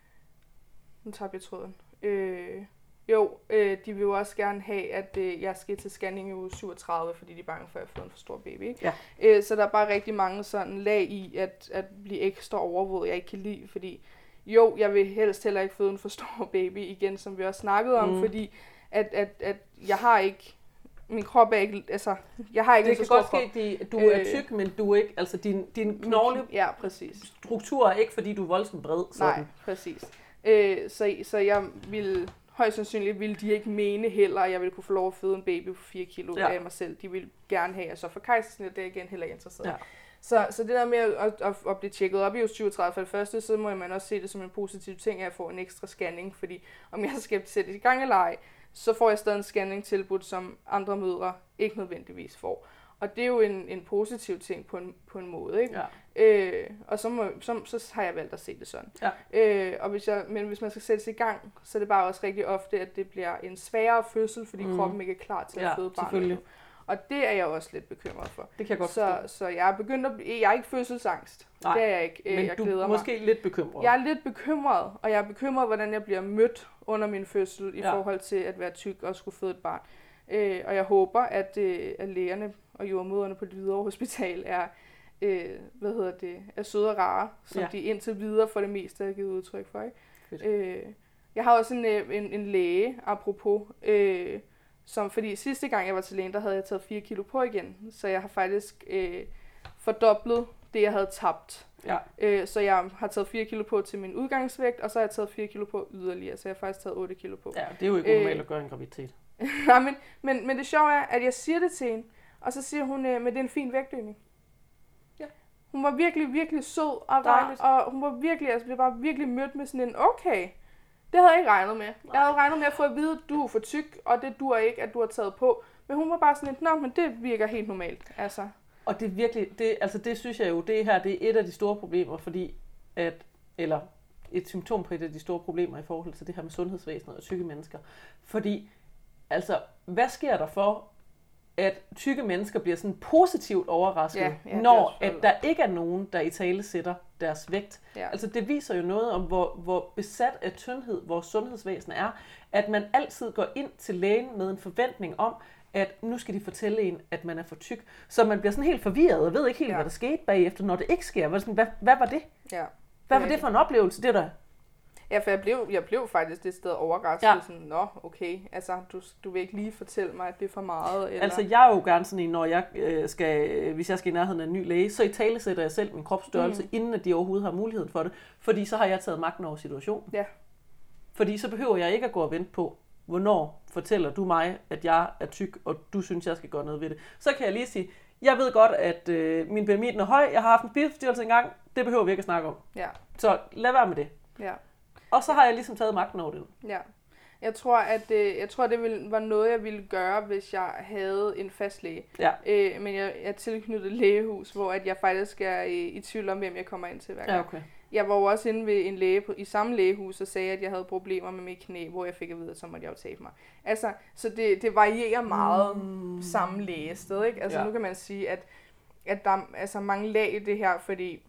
nu tager jeg tråden. Øh, Jo, øh, de vil jo også gerne have, at øh, jeg skal til scanning i uge syvogtredive, fordi de er bange for, at jeg får en for stor baby. Ikke? Ja. Øh, så der er bare rigtig mange sådan lag i, at, at blive ekstra overvåget, jeg ikke kan lide, fordi jo, jeg vil helst heller ikke føde en for stor baby igen, som vi også snakkede om, mm. fordi at, at, at jeg har ikke, min krop er ikke, altså, jeg har ikke det en så stor krop. Det kan godt ske, at du er tyk, men du er ikke, altså din, din knogle ja, præcis. struktur er ikke, fordi du er voldsomt bred. Sådan. Nej, præcis. Øh, så, så jeg vil... Højst sandsynligt ville de ikke mene heller, at jeg ville kunne få lov at føde en baby på fire kilo ja. af mig selv. De ville gerne have, at så for kejsersnit, det er igen heller ikke interesseret. Ja. Så, så det der med at, at, at blive tjekket op i uge syvogtredive for det første, så må man også se det som en positiv ting, at jeg får en ekstra scanning. Fordi om jeg skal sætte i gang eller ej, så får jeg stadig en scanning tilbudt, som andre mødre ikke nødvendigvis får. Og det er jo en, en positiv ting på en, på en måde, ikke? Ja. Øh, og så, må, så, så har jeg valgt at se det sådan. Ja. Øh, og hvis jeg, men hvis man skal sætte sig i gang, så er det bare også rigtig ofte, at det bliver en sværere fødsel, fordi mm. kroppen ikke er klar til at ja, føde barnet. Og det er jeg også lidt bekymret for. Det kan jeg godt så, så jeg er begyndt at blive, jeg er ikke fødselsangst. Nej, det er jeg ikke. Men jeg du glæder er måske mig. lidt bekymret. Jeg er lidt bekymret, og jeg er bekymret, hvordan jeg bliver mødt under min fødsel i ja. forhold til at være tyk og skulle føde et barn. Øh, og jeg håber, at, øh, at lægerne og jordmøderne på det Hvidovre Hospital er, øh, hvad hedder det, er søde og rare, som ja. de indtil videre for det meste har givet udtryk for. Ikke? Øh, jeg har også en, en, en læge, apropos, øh, som, fordi sidste gang jeg var til lægen, der havde jeg taget fire kilo på igen, så jeg har faktisk øh, fordoblet det, jeg havde tabt. Ja. Øh, så jeg har taget fire kilo på til min udgangsvægt, og så har jeg taget fire kilo på yderligere, så jeg har faktisk taget otte kilo på. Ja, det er jo ikke normalt øh, at gøre en graviditet. Nej, men, men, men det sjove er, at jeg siger det til hende, og så siger hun, øh, men det er en fin vægtøgning. Ja. Hun var virkelig, virkelig sød og rar, og hun var virkelig, altså blev bare virkelig mødt med sådan en, okay, det havde jeg ikke regnet med. Nej. Jeg havde regnet med at få at vide, at du er for tyk, og det dur ikke, at du har taget på. Men hun var bare sådan en, nå, men det virker helt normalt, altså. Og det er virkelig, det, altså det synes jeg jo, det her, det er et af de store problemer, fordi at, eller et symptom på et af de store problemer i forhold til det her med sundhedsvæsenet og tykke mennesker. Fordi, altså, hvad sker der for, at tykke mennesker bliver sådan positivt overrasket, ja, ja, når at der ikke er nogen, der i tale sætter deres vægt. Ja. Altså det viser jo noget om, hvor, hvor besat af tyndhed vores sundhedsvæsen er, at man altid går ind til lægen med en forventning om, at nu skal de fortælle en, at man er for tyk. Så man bliver sådan helt forvirret og ved ikke helt, ja. hvad der skete bagefter, når det ikke sker. Hvad, hvad, hvad var det? Ja. Hvad var det for en oplevelse, det der? Ja, for jeg blev, jeg blev faktisk det sted overrasket. Ja. Sådan, nå, okay, altså, du, du vil ikke lige fortælle mig, at det er for meget? Eller? Altså, jeg er jo gerne sådan en, når jeg øh, skal, hvis jeg skal i nærheden af en ny læge, så i tale sætter jeg selv min kropsstørrelse, mm. inden at de overhovedet har muligheden for det. Fordi så har jeg taget magten over situationen. Ja. Fordi så behøver jeg ikke at gå og vente på, hvornår fortæller du mig, at jeg er tyk, og du synes, jeg skal gøre noget ved det. Så kan jeg lige sige, jeg ved godt, at øh, min B M I er høj, jeg har haft en spiseforstyrrelse engang, det behøver vi ikke at snakke om. Ja. Så lad være med det. Ja. Og så har jeg ligesom taget magten over det. Ja. Jeg tror, at øh, jeg tror, det ville, var noget, jeg ville gøre, hvis jeg havde en fast læge. Ja. Øh, men jeg er tilknyttet lægehus, hvor at jeg faktisk er i, i tvivl om, hvem jeg kommer ind til hver gang. Ja, okay. Jeg var jo også inde ved en læge på, i samme lægehus og sagde, at jeg havde problemer med mit knæ, hvor jeg fik at vide, at så måtte jeg jo tabe mig. Altså, så det, det varierer meget mm. samme lægested, ikke? Altså, ja. Nu kan man sige, at, at der er altså, mange lag i det her, fordi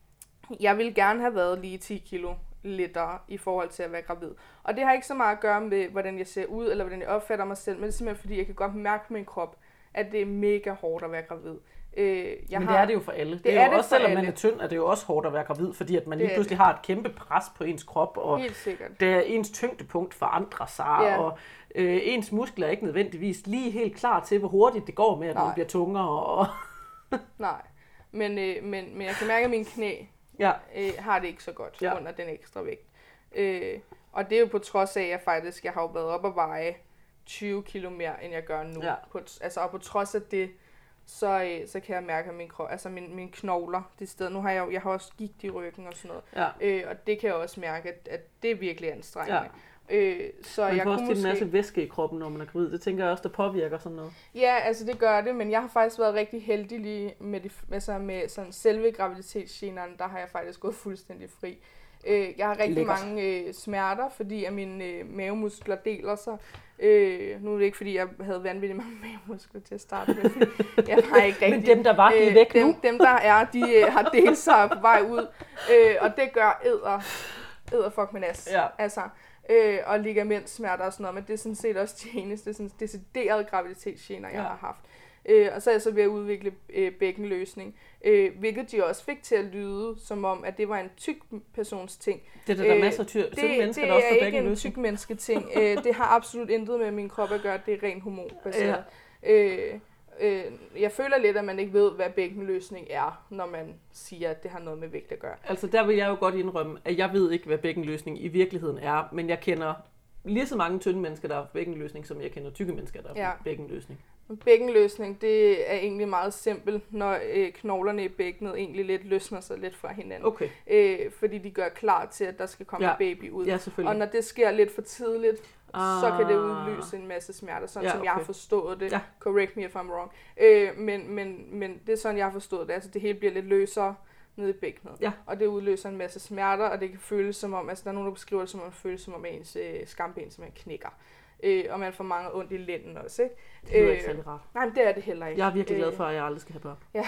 jeg ville gerne have været lige ti kilo lettere i forhold til at være gravid. Og det har ikke så meget at gøre med, hvordan jeg ser ud, eller hvordan jeg opfatter mig selv, men det er simpelthen, fordi jeg kan godt mærke på min krop, at det er mega hårdt at være gravid. Øh, jeg men har, det er det jo for alle. Det, det er, er jo det også, selvom alle. man er tynd, er det jo også hårdt at være gravid, fordi at man lige pludselig det. har et kæmpe pres på ens krop, og det er ens tyngdepunkt forandrer sig, ja. og øh, ens muskler er ikke nødvendigvis lige helt klar til, hvor hurtigt det går med, at Nej. man bliver tungere. Og Nej, men, øh, men, men jeg kan mærke, at min knæ ja. øh, har det ikke så godt ja. under den ekstra vægt. Øh, og det er jo på trods af, at jeg faktisk jeg har jo været op og veje tyve kilo mere, end jeg gør nu. Ja. På, altså, og på trods af det, så, øh, så kan jeg mærke, at min krop, altså min, mine knogler, det sted, nu har jeg jo, jeg har også gigt i ryggen og sådan noget, ja. øh, og det kan jeg også mærke, at, at det er virkelig anstrengende. Ja. Øh, så man jeg får også måske... en masse væske i kroppen, når man er gravid. Det tænker jeg også, der påvirker sådan noget. Ja, altså det gør det, men jeg har faktisk været rigtig heldig lige med, de, altså med sådan selve graviditetsgenerne, der har jeg faktisk gået fuldstændig fri. Øh, jeg har rigtig Lækkert. mange øh, smerter, fordi at mine øh, mavemuskler deler sig. Øh, nu er det ikke, fordi jeg havde vanvittigt mange mavemuskler til at starte med. Jeg var ikke rigtig, men dem, der var, de er væk øh, dem, nu? Dem, der er, de øh, har delt sig på vej ud. Øh, og det gør æder, æder fuck med nas. Ja. Altså, øh, og ligamentssmerter og sådan noget. Men det er sådan set også de eneste sådan, deciderede graviditetsgener, jeg ja. har haft. Øh, og så er jeg så ved at udvikle øh, bækkenløsning, øh, hvilket de også fik til at lyde, som om, at det var en tyk persons ting. Det er der, der masser af tyk mennesker, der også får bækkenløsning. Det er ikke en tyk menneske ting. øh, det har absolut intet med min krop at gøre, det er rent hormonbaseret. Ja. Øh, øh, jeg føler lidt, at man ikke ved, hvad bækkenløsning er, når man siger, at det har noget med vægt at gøre. Altså der vil jeg jo godt indrømme, at jeg ved ikke, hvad bækkenløsning i virkeligheden er, men jeg kender lige så mange tynde mennesker, der har bækkenløsning, som jeg kender tykke mennesker, der har ja. bækkenløsning. Bækkenløsning, det er egentlig meget simpelt, når øh, knoglerne i bækkenet egentlig lidt løsner sig lidt fra hinanden. Okay. Øh, fordi de gør klar til, at der skal komme ja. en baby ud. Ja, og når det sker lidt for tidligt, ah. så kan det udløse en masse smerter, sådan ja, okay. som jeg har forstået det. Ja. Correct me if I'm wrong. Øh, men, men, men det er sådan, jeg har forstået det. Altså det hele bliver lidt løsere nede i bækkenet. Ja. Og det udløser en masse smerter, og det kan føles som om, altså der er nogen, der beskriver det som om, det føles som om ens øh, skamben simpelthen knækker. Øh, og man får mange ondt i lænden også, ikke? Det er øh, ikke særlig rart. Nej, men det er det heller ikke. Jeg er virkelig glad for, at jeg aldrig skal have børn. Ja.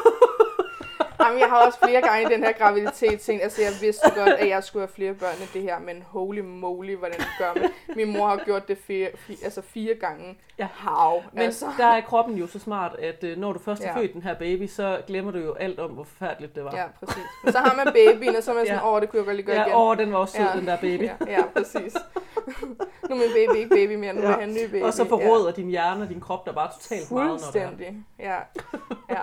Jamen, jeg har også flere gange i den her graviditet tænkt, altså jeg vidste godt, at jeg skulle have flere børn end det her, men holy moly, hvordan det gør man. Min mor har gjort det fire, fire, altså fire gange. Ja. Hav. Men altså. Der er kroppen jo så smart, at uh, når du først har ja. født den her baby, så glemmer du jo alt om, hvor forfærdeligt det var. Ja, præcis. Men så har man babyen, og så er man sådan, åh, ja. oh, det kunne jeg godt lige gøre ja, igen. Ja, åh, den var også sød, ja. den der baby. Ja, ja præcis. Nu er min baby ikke baby mere, nu ja. vil have en ny baby. Og så forråder ja. din hjerne og din krop der bare totalt meget, når det er. Fuldstændig, ja. ja.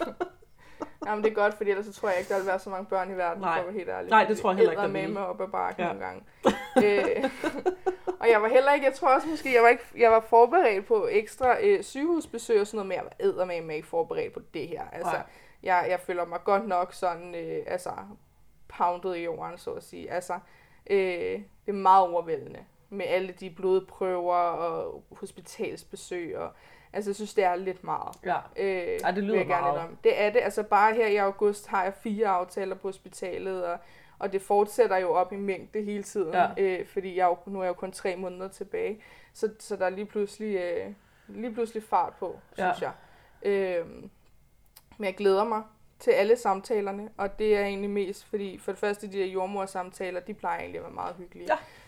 Jamen det er godt, fordi ellers så tror jeg ikke, der vil være så mange børn i verden, Nej. for at være helt ærlig. Nej, det tror jeg heller ikke, der vil. Jeg med mig op ad bakken ja. nogle gange. øh, og jeg var heller ikke, jeg tror også måske, jeg var, ikke, jeg var forberedt på ekstra øh, sygehusbesøg og sådan noget, men jeg var eddermame ikke forberedt på det her. Altså, jeg, jeg føler mig godt nok sådan, øh, altså, poundet i jorden, så at sige. Altså, øh, det er meget overvældende med alle de blodprøver og hospitalsbesøg og altså, jeg synes, det er lidt meget. Ja, øh, Ej, det lyder meget. Om. Det er det. Altså, bare her i august har jeg fire aftaler på hospitalet, og, og det fortsætter jo op i mængde hele tiden, ja. øh, fordi jeg jo, nu er jeg jo kun tre måneder tilbage. Så, så der er lige pludselig, øh, lige pludselig fart på, synes ja. jeg. Øh, men jeg glæder mig til alle samtalerne, og det er egentlig mest, fordi for det første, de der jordmorsamtaler, de plejer egentlig at være meget hyggelige. Ja.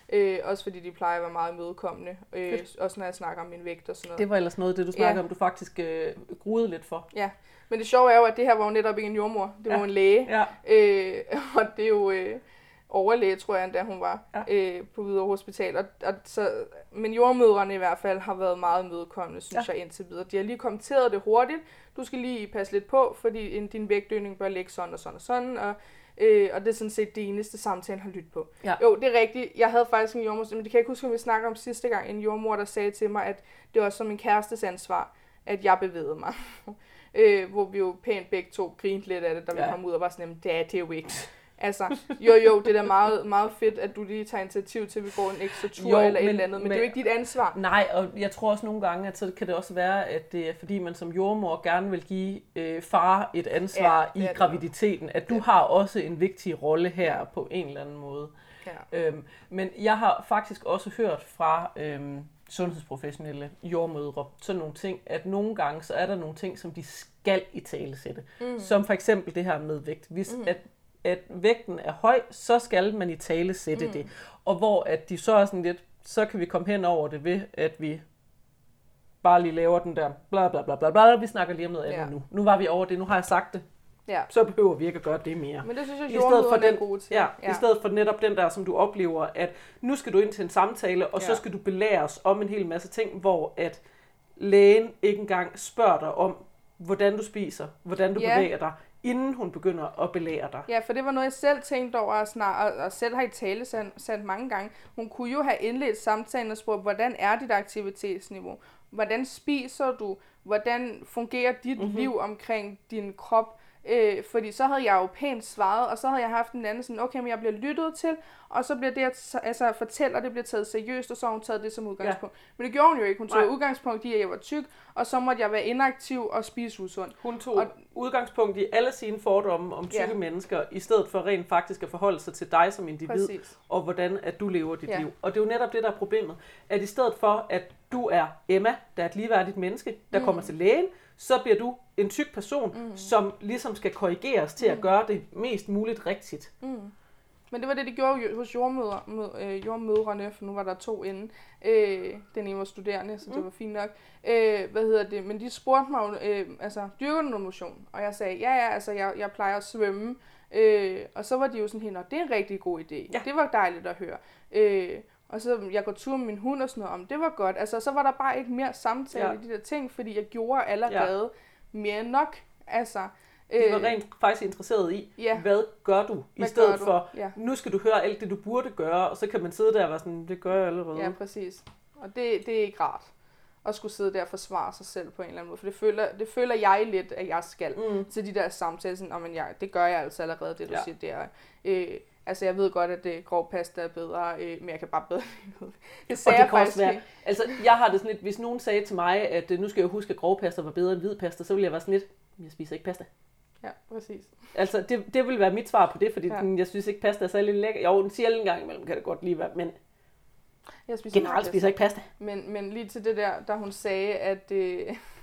Øh, også fordi de plejer at være meget imødekommende. Øh, også når jeg snakker om min vægt og sådan noget. Det var ellers noget af det, du snakker ja. om, du faktisk øh, gruede lidt for. Ja, men det sjove er jo, at det her var jo netop ikke en jordmor. Det var ja. en læge. Ja. Øh, og det er jo øh, overlæge, tror jeg endda hun var, ja. øh, på Hvidovre Hospital. Og, og så, men jordmødrene i hvert fald har været meget imødekommende, synes ja. jeg, indtil videre. De har lige kommenteret det hurtigt. Du skal lige passe lidt på, fordi din vægtøgning bør ligge sådan og sådan og sådan. Og Øh, og det er sådan set det eneste samtale, har lyttet på. Ja. Jo, det er rigtigt. Jeg havde faktisk en jordmor, men det kan jeg ikke huske, om vi snakker om sidste gang, en jordmor, der sagde til mig, at det var som min kærestes ansvar, at jeg bevægede mig. øh, hvor vi jo pænt begge to grinte lidt af det, da vi ja. kom ud og var sådan, det er det jo ikke. Altså, jo jo, det er da meget, meget fedt, at du lige tager initiativ til, at vi går en ekstra tur jo, eller men, et eller andet, men, men det er jo ikke dit ansvar. Nej, og jeg tror også nogle gange, at så kan det også være, at det er fordi, man som jordmor gerne vil give øh, far et ansvar ja, i graviditeten, at du ja. har også en vigtig rolle her ja. på en eller anden måde. Ja. Øhm, men jeg har faktisk også hørt fra øhm, sundhedsprofessionelle jordmødre sådan nogle ting, at nogle gange så er der nogle ting, som de skal italesætte. Mm. Som for eksempel det her med vægt. Hvis mm. at at vægten er høj, så skal man i tale sætte mm. det. Og hvor at de så er sådan lidt, så kan vi komme hen over det ved, at vi bare lige laver den der bla bla bla bla bla, vi snakker lige om noget andet ja. nu. Nu var vi over det, nu har jeg sagt det. Ja. Så behøver vi ikke at gøre det mere. Men det synes jeg, jordmødrene er gode til. Ja, ja, i stedet for netop den der, som du oplever, at nu skal du ind til en samtale, og ja. så skal du belæres om en hel masse ting, hvor at lægen ikke engang spørger dig om, hvordan du spiser, hvordan du ja. bevæger dig, inden hun begynder at belære dig. Ja, for det var noget, jeg selv tænkte over, snart, og selv har i tale sandt mange gange. Hun kunne jo have indledt samtalen og spurgt, hvordan er dit aktivitetsniveau? Hvordan spiser du? Hvordan fungerer dit mm-hmm. liv omkring din krop? Øh, fordi så havde jeg jo pænt svaret, og så havde jeg haft en anden sådan, okay, men jeg bliver lyttet til, og så bliver det, at altså, fortæller, det bliver taget seriøst, og så har hun taget det som udgangspunkt. Ja. Men det gjorde hun jo ikke. Hun tog Nej. udgangspunkt i, at jeg var tyk, og så måtte jeg være inaktiv og spise usundt. Hun tog og, udgangspunkt i alle sine fordomme om tykke ja. mennesker, i stedet for rent faktisk at forholde sig til dig som individ, Præcis. og hvordan at du lever dit ja. liv. Og det er jo netop det, der er problemet. At i stedet for, at du er Emma, der er et ligeværdigt menneske, der mm. kommer til lægen, så bliver du en tyk person, mm. som ligesom skal korrigeres til mm. at gøre det mest muligt rigtigt. Mm. Men det var det, de gjorde hos jordmødre, øh, jordmødrene, for nu var der to inden. Øh, den ene var studerende, så det mm. var fint nok. Øh, hvad hedder det? Men de spurgte mig jo, øh, altså, dyrker du noget motion? Og jeg sagde, ja, ja, altså, jeg, jeg plejer at svømme. Øh, og så var de jo sådan helt, det er en rigtig god idé. Ja. Det var dejligt at høre. Øh, og så jeg går tur med min hund og sådan noget om, det var godt. Altså, så var der bare ikke mere samtale ja. i de der ting, fordi jeg gjorde allerede ja. mere end nok. Altså, de var rent faktisk interesseret i, ja. hvad gør du, i hvad stedet du? for, ja. nu skal du høre alt det, du burde gøre, og så kan man sidde der og være sådan, det gør jeg allerede. Ja, præcis. Og det, det er ikke rart at skulle sidde der og forsvare sig selv på en eller anden måde, for det føler, det føler jeg lidt, at jeg skal mm. til de der samtaler, sådan, men jeg, det gør jeg altså allerede, det du ja. siger der. Øh, altså, jeg ved godt, at det grov pasta er bedre, øh, men jeg kan bare bedre lide det. sagde og det kan også være, altså, jeg har det sådan lidt, hvis nogen sagde til mig, at nu skal jeg huske, at grov pasta var bedre end hvid pasta, så ville jeg være sådan lidt, jeg spiser ikke pasta. Ja, præcis. Altså, det, det vil være mit svar på det, fordi ja. jeg synes ikke, pasta er særlig lækker. Jo, den sjældent gang imellem kan det godt lige være, men jeg spiser generelt spiser jeg ikke pasta. Men, men lige til det der, da hun sagde, at, øh,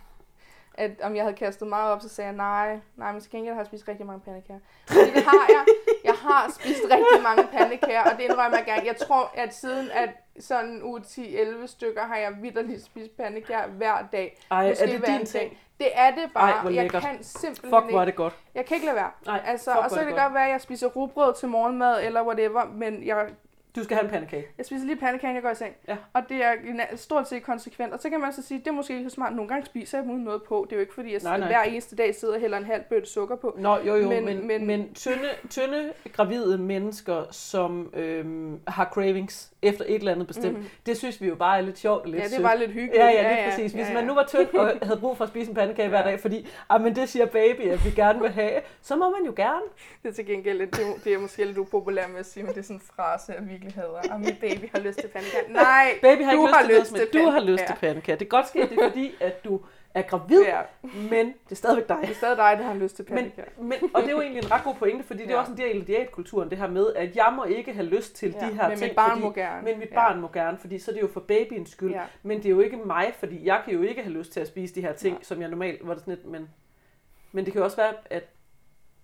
at om jeg havde kastet meget op, så sagde jeg, nej, nej, men til gengæld har jeg spist rigtig mange pandekager. Fordi det har jeg. Jeg har spist rigtig mange pandekager, og det indrømmer jeg gerne. Jeg tror, at siden at sådan uge ti elleve stykker, har jeg vitterligt spist pandekager hver dag. Ej, måske er det din ting? Det er det bare. Ej, jeg kan simpelthen Fuck, hvor er det godt. Jeg kan ikke lade være. Ej, altså, og så kan det godt være, at jeg spiser rugbrød til morgenmad, eller whatever, men jeg... Du skal have en pandekage. Jeg spiser lige pandekagen, jeg går i seng. Ja. Og det er stort set konsekvent. Og så kan man så sige, det er måske ikke så smart. Nogle gange spiser jeg uden noget på. Det er jo ikke fordi, jeg nej, nej. hver eneste dag sidder og hælder en halv bøtte sukker på. Nå, jo jo, men, men, men, men tynde, tynde, gravide mennesker, som øhm, har cravings efter et eller andet bestemt, mm-hmm. det synes vi jo bare er lidt sjovt og lidt sødt. Ja, det er bare lidt hyggeligt. Ja, ja, det er ja, præcis. Hvis ja, ja. man nu var tynd og havde brug for at spise en pandekage hver dag, fordi, ah, men det siger baby, at vi gerne vil have, så må man jo gerne. Det er til gengæld lidt, det er måske lidt upopulært med at sige, men det er sådan en frase, jeg virkelig hader. Ah, min baby har lyst til pandekager. Nej, baby har du ikke har lyst, lyst til, til du har lyst til pandekager. Det kan godt ske, at det er fordi, at du er gravid, ja. men det er stadigvæk dig. Det er stadig dig, der har lyst til pandekager. Men, men, og det er jo egentlig en ret god pointe, fordi det er ja. også en del af diætkulturen, det her med, at jeg må ikke have lyst til ja, de her men ting. Mit barn fordi, må gerne. Men mit barn ja. må gerne, fordi så er det jo for babyens skyld. Ja. Men det er jo ikke mig, fordi jeg kan jo ikke have lyst til at spise de her ting, ja. som jeg normalt var det sådan lidt, men, men det kan jo også være, at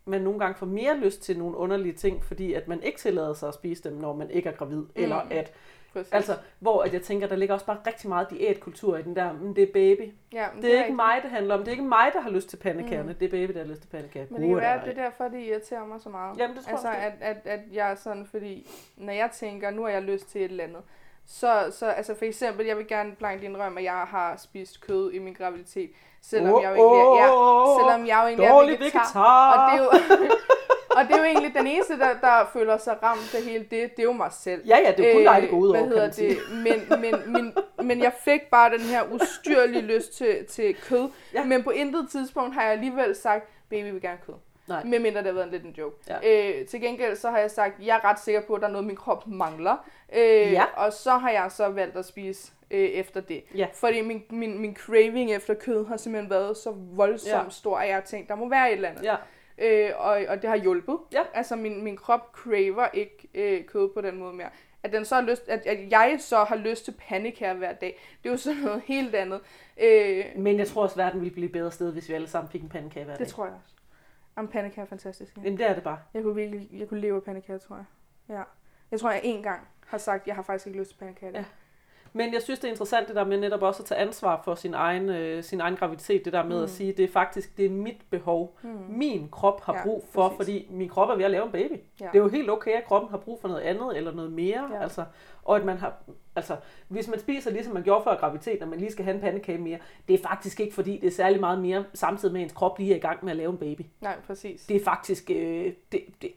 man nogle gange får mere lyst til nogle underlige ting, fordi at man ikke tillader sig at spise dem, når man ikke er gravid, mm. eller at Præcis. Altså, hvor at jeg tænker, der ligger også bare rigtig meget diætkultur i den der, men det er baby. Ja, det, det er ikke rigtigt. Mig, det handler om. Det er ikke mig, der har lyst til pandekærne. Mm. Det er baby, der har lyst til pandekærne. Men det kan være, at det er derfor, det irriterer mig så meget. Jamen, det tror altså, jeg at, at, at jeg er sådan, fordi når jeg tænker, nu har jeg lyst til et eller andet, så, så altså for eksempel, jeg vil gerne blankt indrømme, at jeg har spist kød i min graviditet, selvom oh, jeg jo egentlig er, ja, oh, selvom jeg jo egentlig er vegetar. vegetar. Og det er jo... Og det er jo egentlig den eneste, der, der føler sig ramt af hele det, det er jo mig selv. Ja, ja, det er jo kun dig, det går ud over, kan man sige. Men, men, men, men jeg fik bare den her ustyrlige lyst til, til kød. Ja. Men på intet tidspunkt har jeg alligevel sagt, baby vil gerne kød. Nej. Medmindre det har været lidt en joke. Ja. Øh, til gengæld så har jeg sagt, jeg er ret sikker på, at der er noget, min krop mangler. Øh, ja. Og så har jeg så valgt at spise øh, efter det. Ja. Fordi min, min, min craving efter kød har simpelthen været så voldsomt ja. stor, at jeg har tænkt, der må være et eller andet. Ja. Øh, og, og det har hjulpet. Ja. Altså min, min krop craver ikke øh, kød på den måde mere. At, den så har lyst, at, at jeg så har lyst til pandekager hver dag, det er jo sådan noget helt andet. Øh, Men jeg tror også, at verden ville blive et bedre sted, hvis vi alle sammen fik en pandekage hver dag. Det tror jeg også. Jamen, pandekager er fantastisk. Ja. Jamen det er det bare. Jeg kunne virkelig, jeg kunne leve af pandekager, tror jeg. Ja. Jeg tror, jeg en gang har sagt, at jeg har faktisk ikke lyst til pandekager. Ja. Men jeg synes, det er interessant det der med netop også at tage ansvar for sin egen, øh, sin egen graviditet. Det der med mm. at sige, det er faktisk det er mit behov. Mm. Min krop har ja, brug for, præcis. Fordi min krop er ved at lave en baby. Ja. Det er jo helt okay, at kroppen har brug for noget andet eller noget mere. Ja. Altså, og at man har, altså, hvis man spiser ligesom man gjorde før graviditet, når man lige skal have en pandekage mere, det er faktisk ikke fordi, det er særlig meget mere, samtidig med ens krop lige er i gang med at lave en baby. Nej, præcis. Det er faktisk, øh, det, det,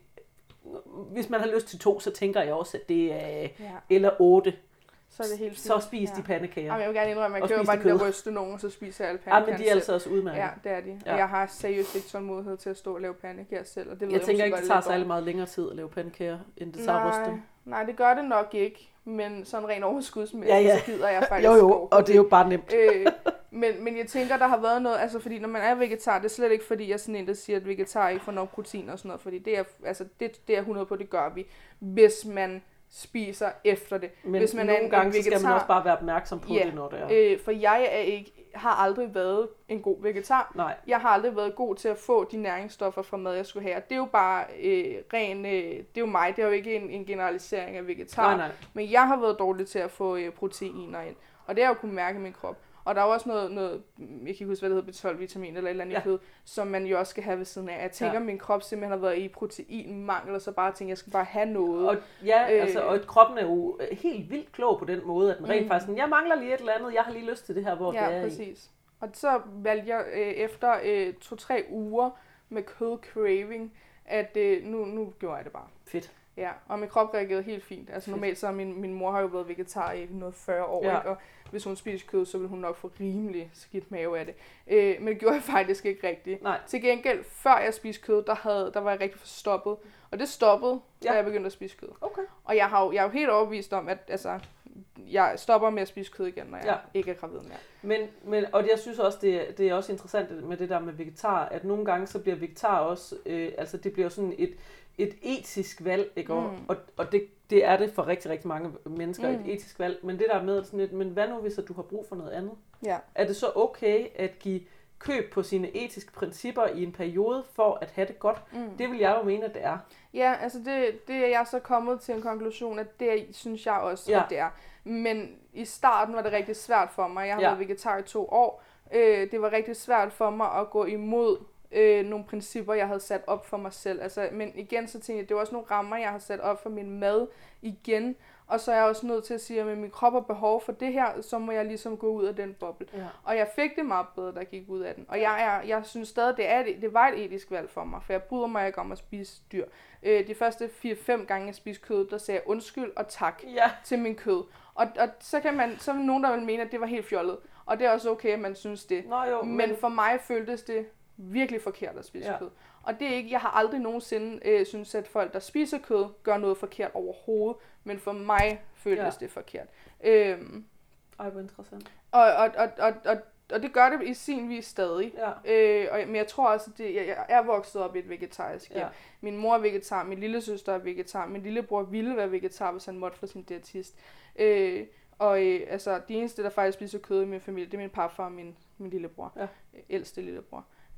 hvis man har lyst til to, så tænker jeg også, at det er, ja. eller otte. Så, er det helt så spis ja. de pandekager. Jamen, jeg vil gerne indrømme, at jeg køber bare de der røste nogen, og så spiser jeg alle pandekager. Ja, men de er altså også udmærket. Ja, det er de. Ja. Og jeg har seriøst ikke tålmodighed til at stå og lave pandekager selv. Og det ved jeg, jeg tænker jeg ikke, det tager særlig meget længere tid at lave pandekager, end det tager ryste. Nej, det gør det nok ikke. Men sådan rent overskudsmæssigt, ja, ja. så gider jeg faktisk jo, jo, og det er jo bare nemt. øh, men, men jeg tænker, der har været noget, altså fordi når man er vegetar, det er slet ikke fordi, jeg er sådan en, der siger, at vegetar ikke får nok protein og sådan noget, fordi det er, altså, det, det er hundrede på, det gør vi, hvis man spiser efter det. Men hvis man nogle er en, gange en vegetar, skal man også bare være opmærksom på ja, det, når det er. Øh, for jeg er ikke, har aldrig været en god vegetar. Nej. Jeg har aldrig været god til at få de næringsstoffer fra mad, jeg skulle have. Det er jo bare øh, ren, øh, det er jo mig, det er jo ikke en, en generalisering af vegetar. Nej, nej. Men jeg har været dårlig til at få øh, proteiner ind. Og det har jeg jo kunnet mærke i min krop. Og der er også noget, noget jeg kan ikke huske, hvad det hedder, B tolv vitamin eller et eller andet ja. kød, som man jo også skal have ved siden af. Jeg tænker, ja. at min krop simpelthen har været i proteinmangel, og så bare tænker, jeg skal bare have noget. Og, ja, øh, altså, og kroppen er jo helt vildt klog på den måde, at den rent mm. faktisk, jeg mangler lige et eller andet, jeg har lige lyst til det her, hvor ja, det er præcis. I. Og så valgte jeg øh, efter øh, to-tre uger med kød craving, at øh, nu, nu gjorde jeg det bare. Fedt. Ja, og min krop reagerede helt fint. Altså normalt så min, min mor har jo været vegetar i noget fyrre år, ja. ikke? Og hvis hun spiser kød, så ville hun nok få rimelig skidt mave af det. Øh, men det gjorde jeg faktisk ikke rigtigt. Nej. Til gengæld, før jeg spiste kød, der, havde, der var jeg rigtig forstoppet. Og det stoppede, ja. da jeg begyndte at spise kød. Okay. Og jeg, har, jeg er jo helt overbevist om, at altså, jeg stopper med at spise kød igen, når jeg ja. ikke er gravid mere. Men, men, og jeg synes også, det, det er også interessant med det der med vegetar, at nogle gange så bliver vegetar også, øh, altså det bliver sådan et, et etisk valg, ikke? Mm. Og, og det, det er det for rigtig, rigtig mange mennesker, mm. et etisk valg. Men det der med sådan et, men hvad nu hvis du har brug for noget andet? Ja. Er det så okay at give køb på sine etiske principper i en periode for at have det godt? Mm. Det vil jeg jo mene, at det er. Ja, altså det, det er jeg så kommet til en konklusion, at det synes jeg også, ja. at det er. Men i starten var det rigtig svært for mig. Jeg har ja. været vegetar i to år. Øh, det var rigtig svært for mig at gå imod øh, nogle principper, jeg havde sat op for mig selv. Altså, men igen så tænkte jeg, det var også nogle rammer, jeg har sat op for min mad igen. Og så er jeg også nødt til at sige, at min krop har behov for det her, så må jeg ligesom gå ud af den boble. Ja. Og jeg fik det meget bedre, der gik ud af den. Og jeg, er, jeg synes stadig, det, er, det var et etisk valg for mig, for jeg bryder mig ikke om at spise dyr. Øh, de første fire fem gange, jeg spiste kød, der sagde jeg undskyld og tak ja. til min kød. Og, og så kan man, så er nogen, der vil mene, at det var helt fjollet. Og det er også okay, at man synes det. Nå, jo, men... men for mig føltes det virkelig forkert at spise ja. kød. Og det er ikke, jeg har aldrig nogensinde øh, synes, at folk, der spiser kød, gør noget forkert overhovedet. Men for mig føltes ja. det forkert. Øhm, Ej, hvor interessant. Og, og, og, og, og, og det gør det i sin vis stadig. Ja. Øh, og, men jeg tror også, at det, jeg, jeg er vokset op i et vegetarisk hjem. Ja. Min mor er vegetar, min lille søster er vegetar, min lillebror ville være vegetar, hvis han måtte for sin diætist. Øh, og øh, altså, de eneste, der faktisk spiser kød i min familie, det er min parfar og min, min lillebror. Ja. Ældste lillebror.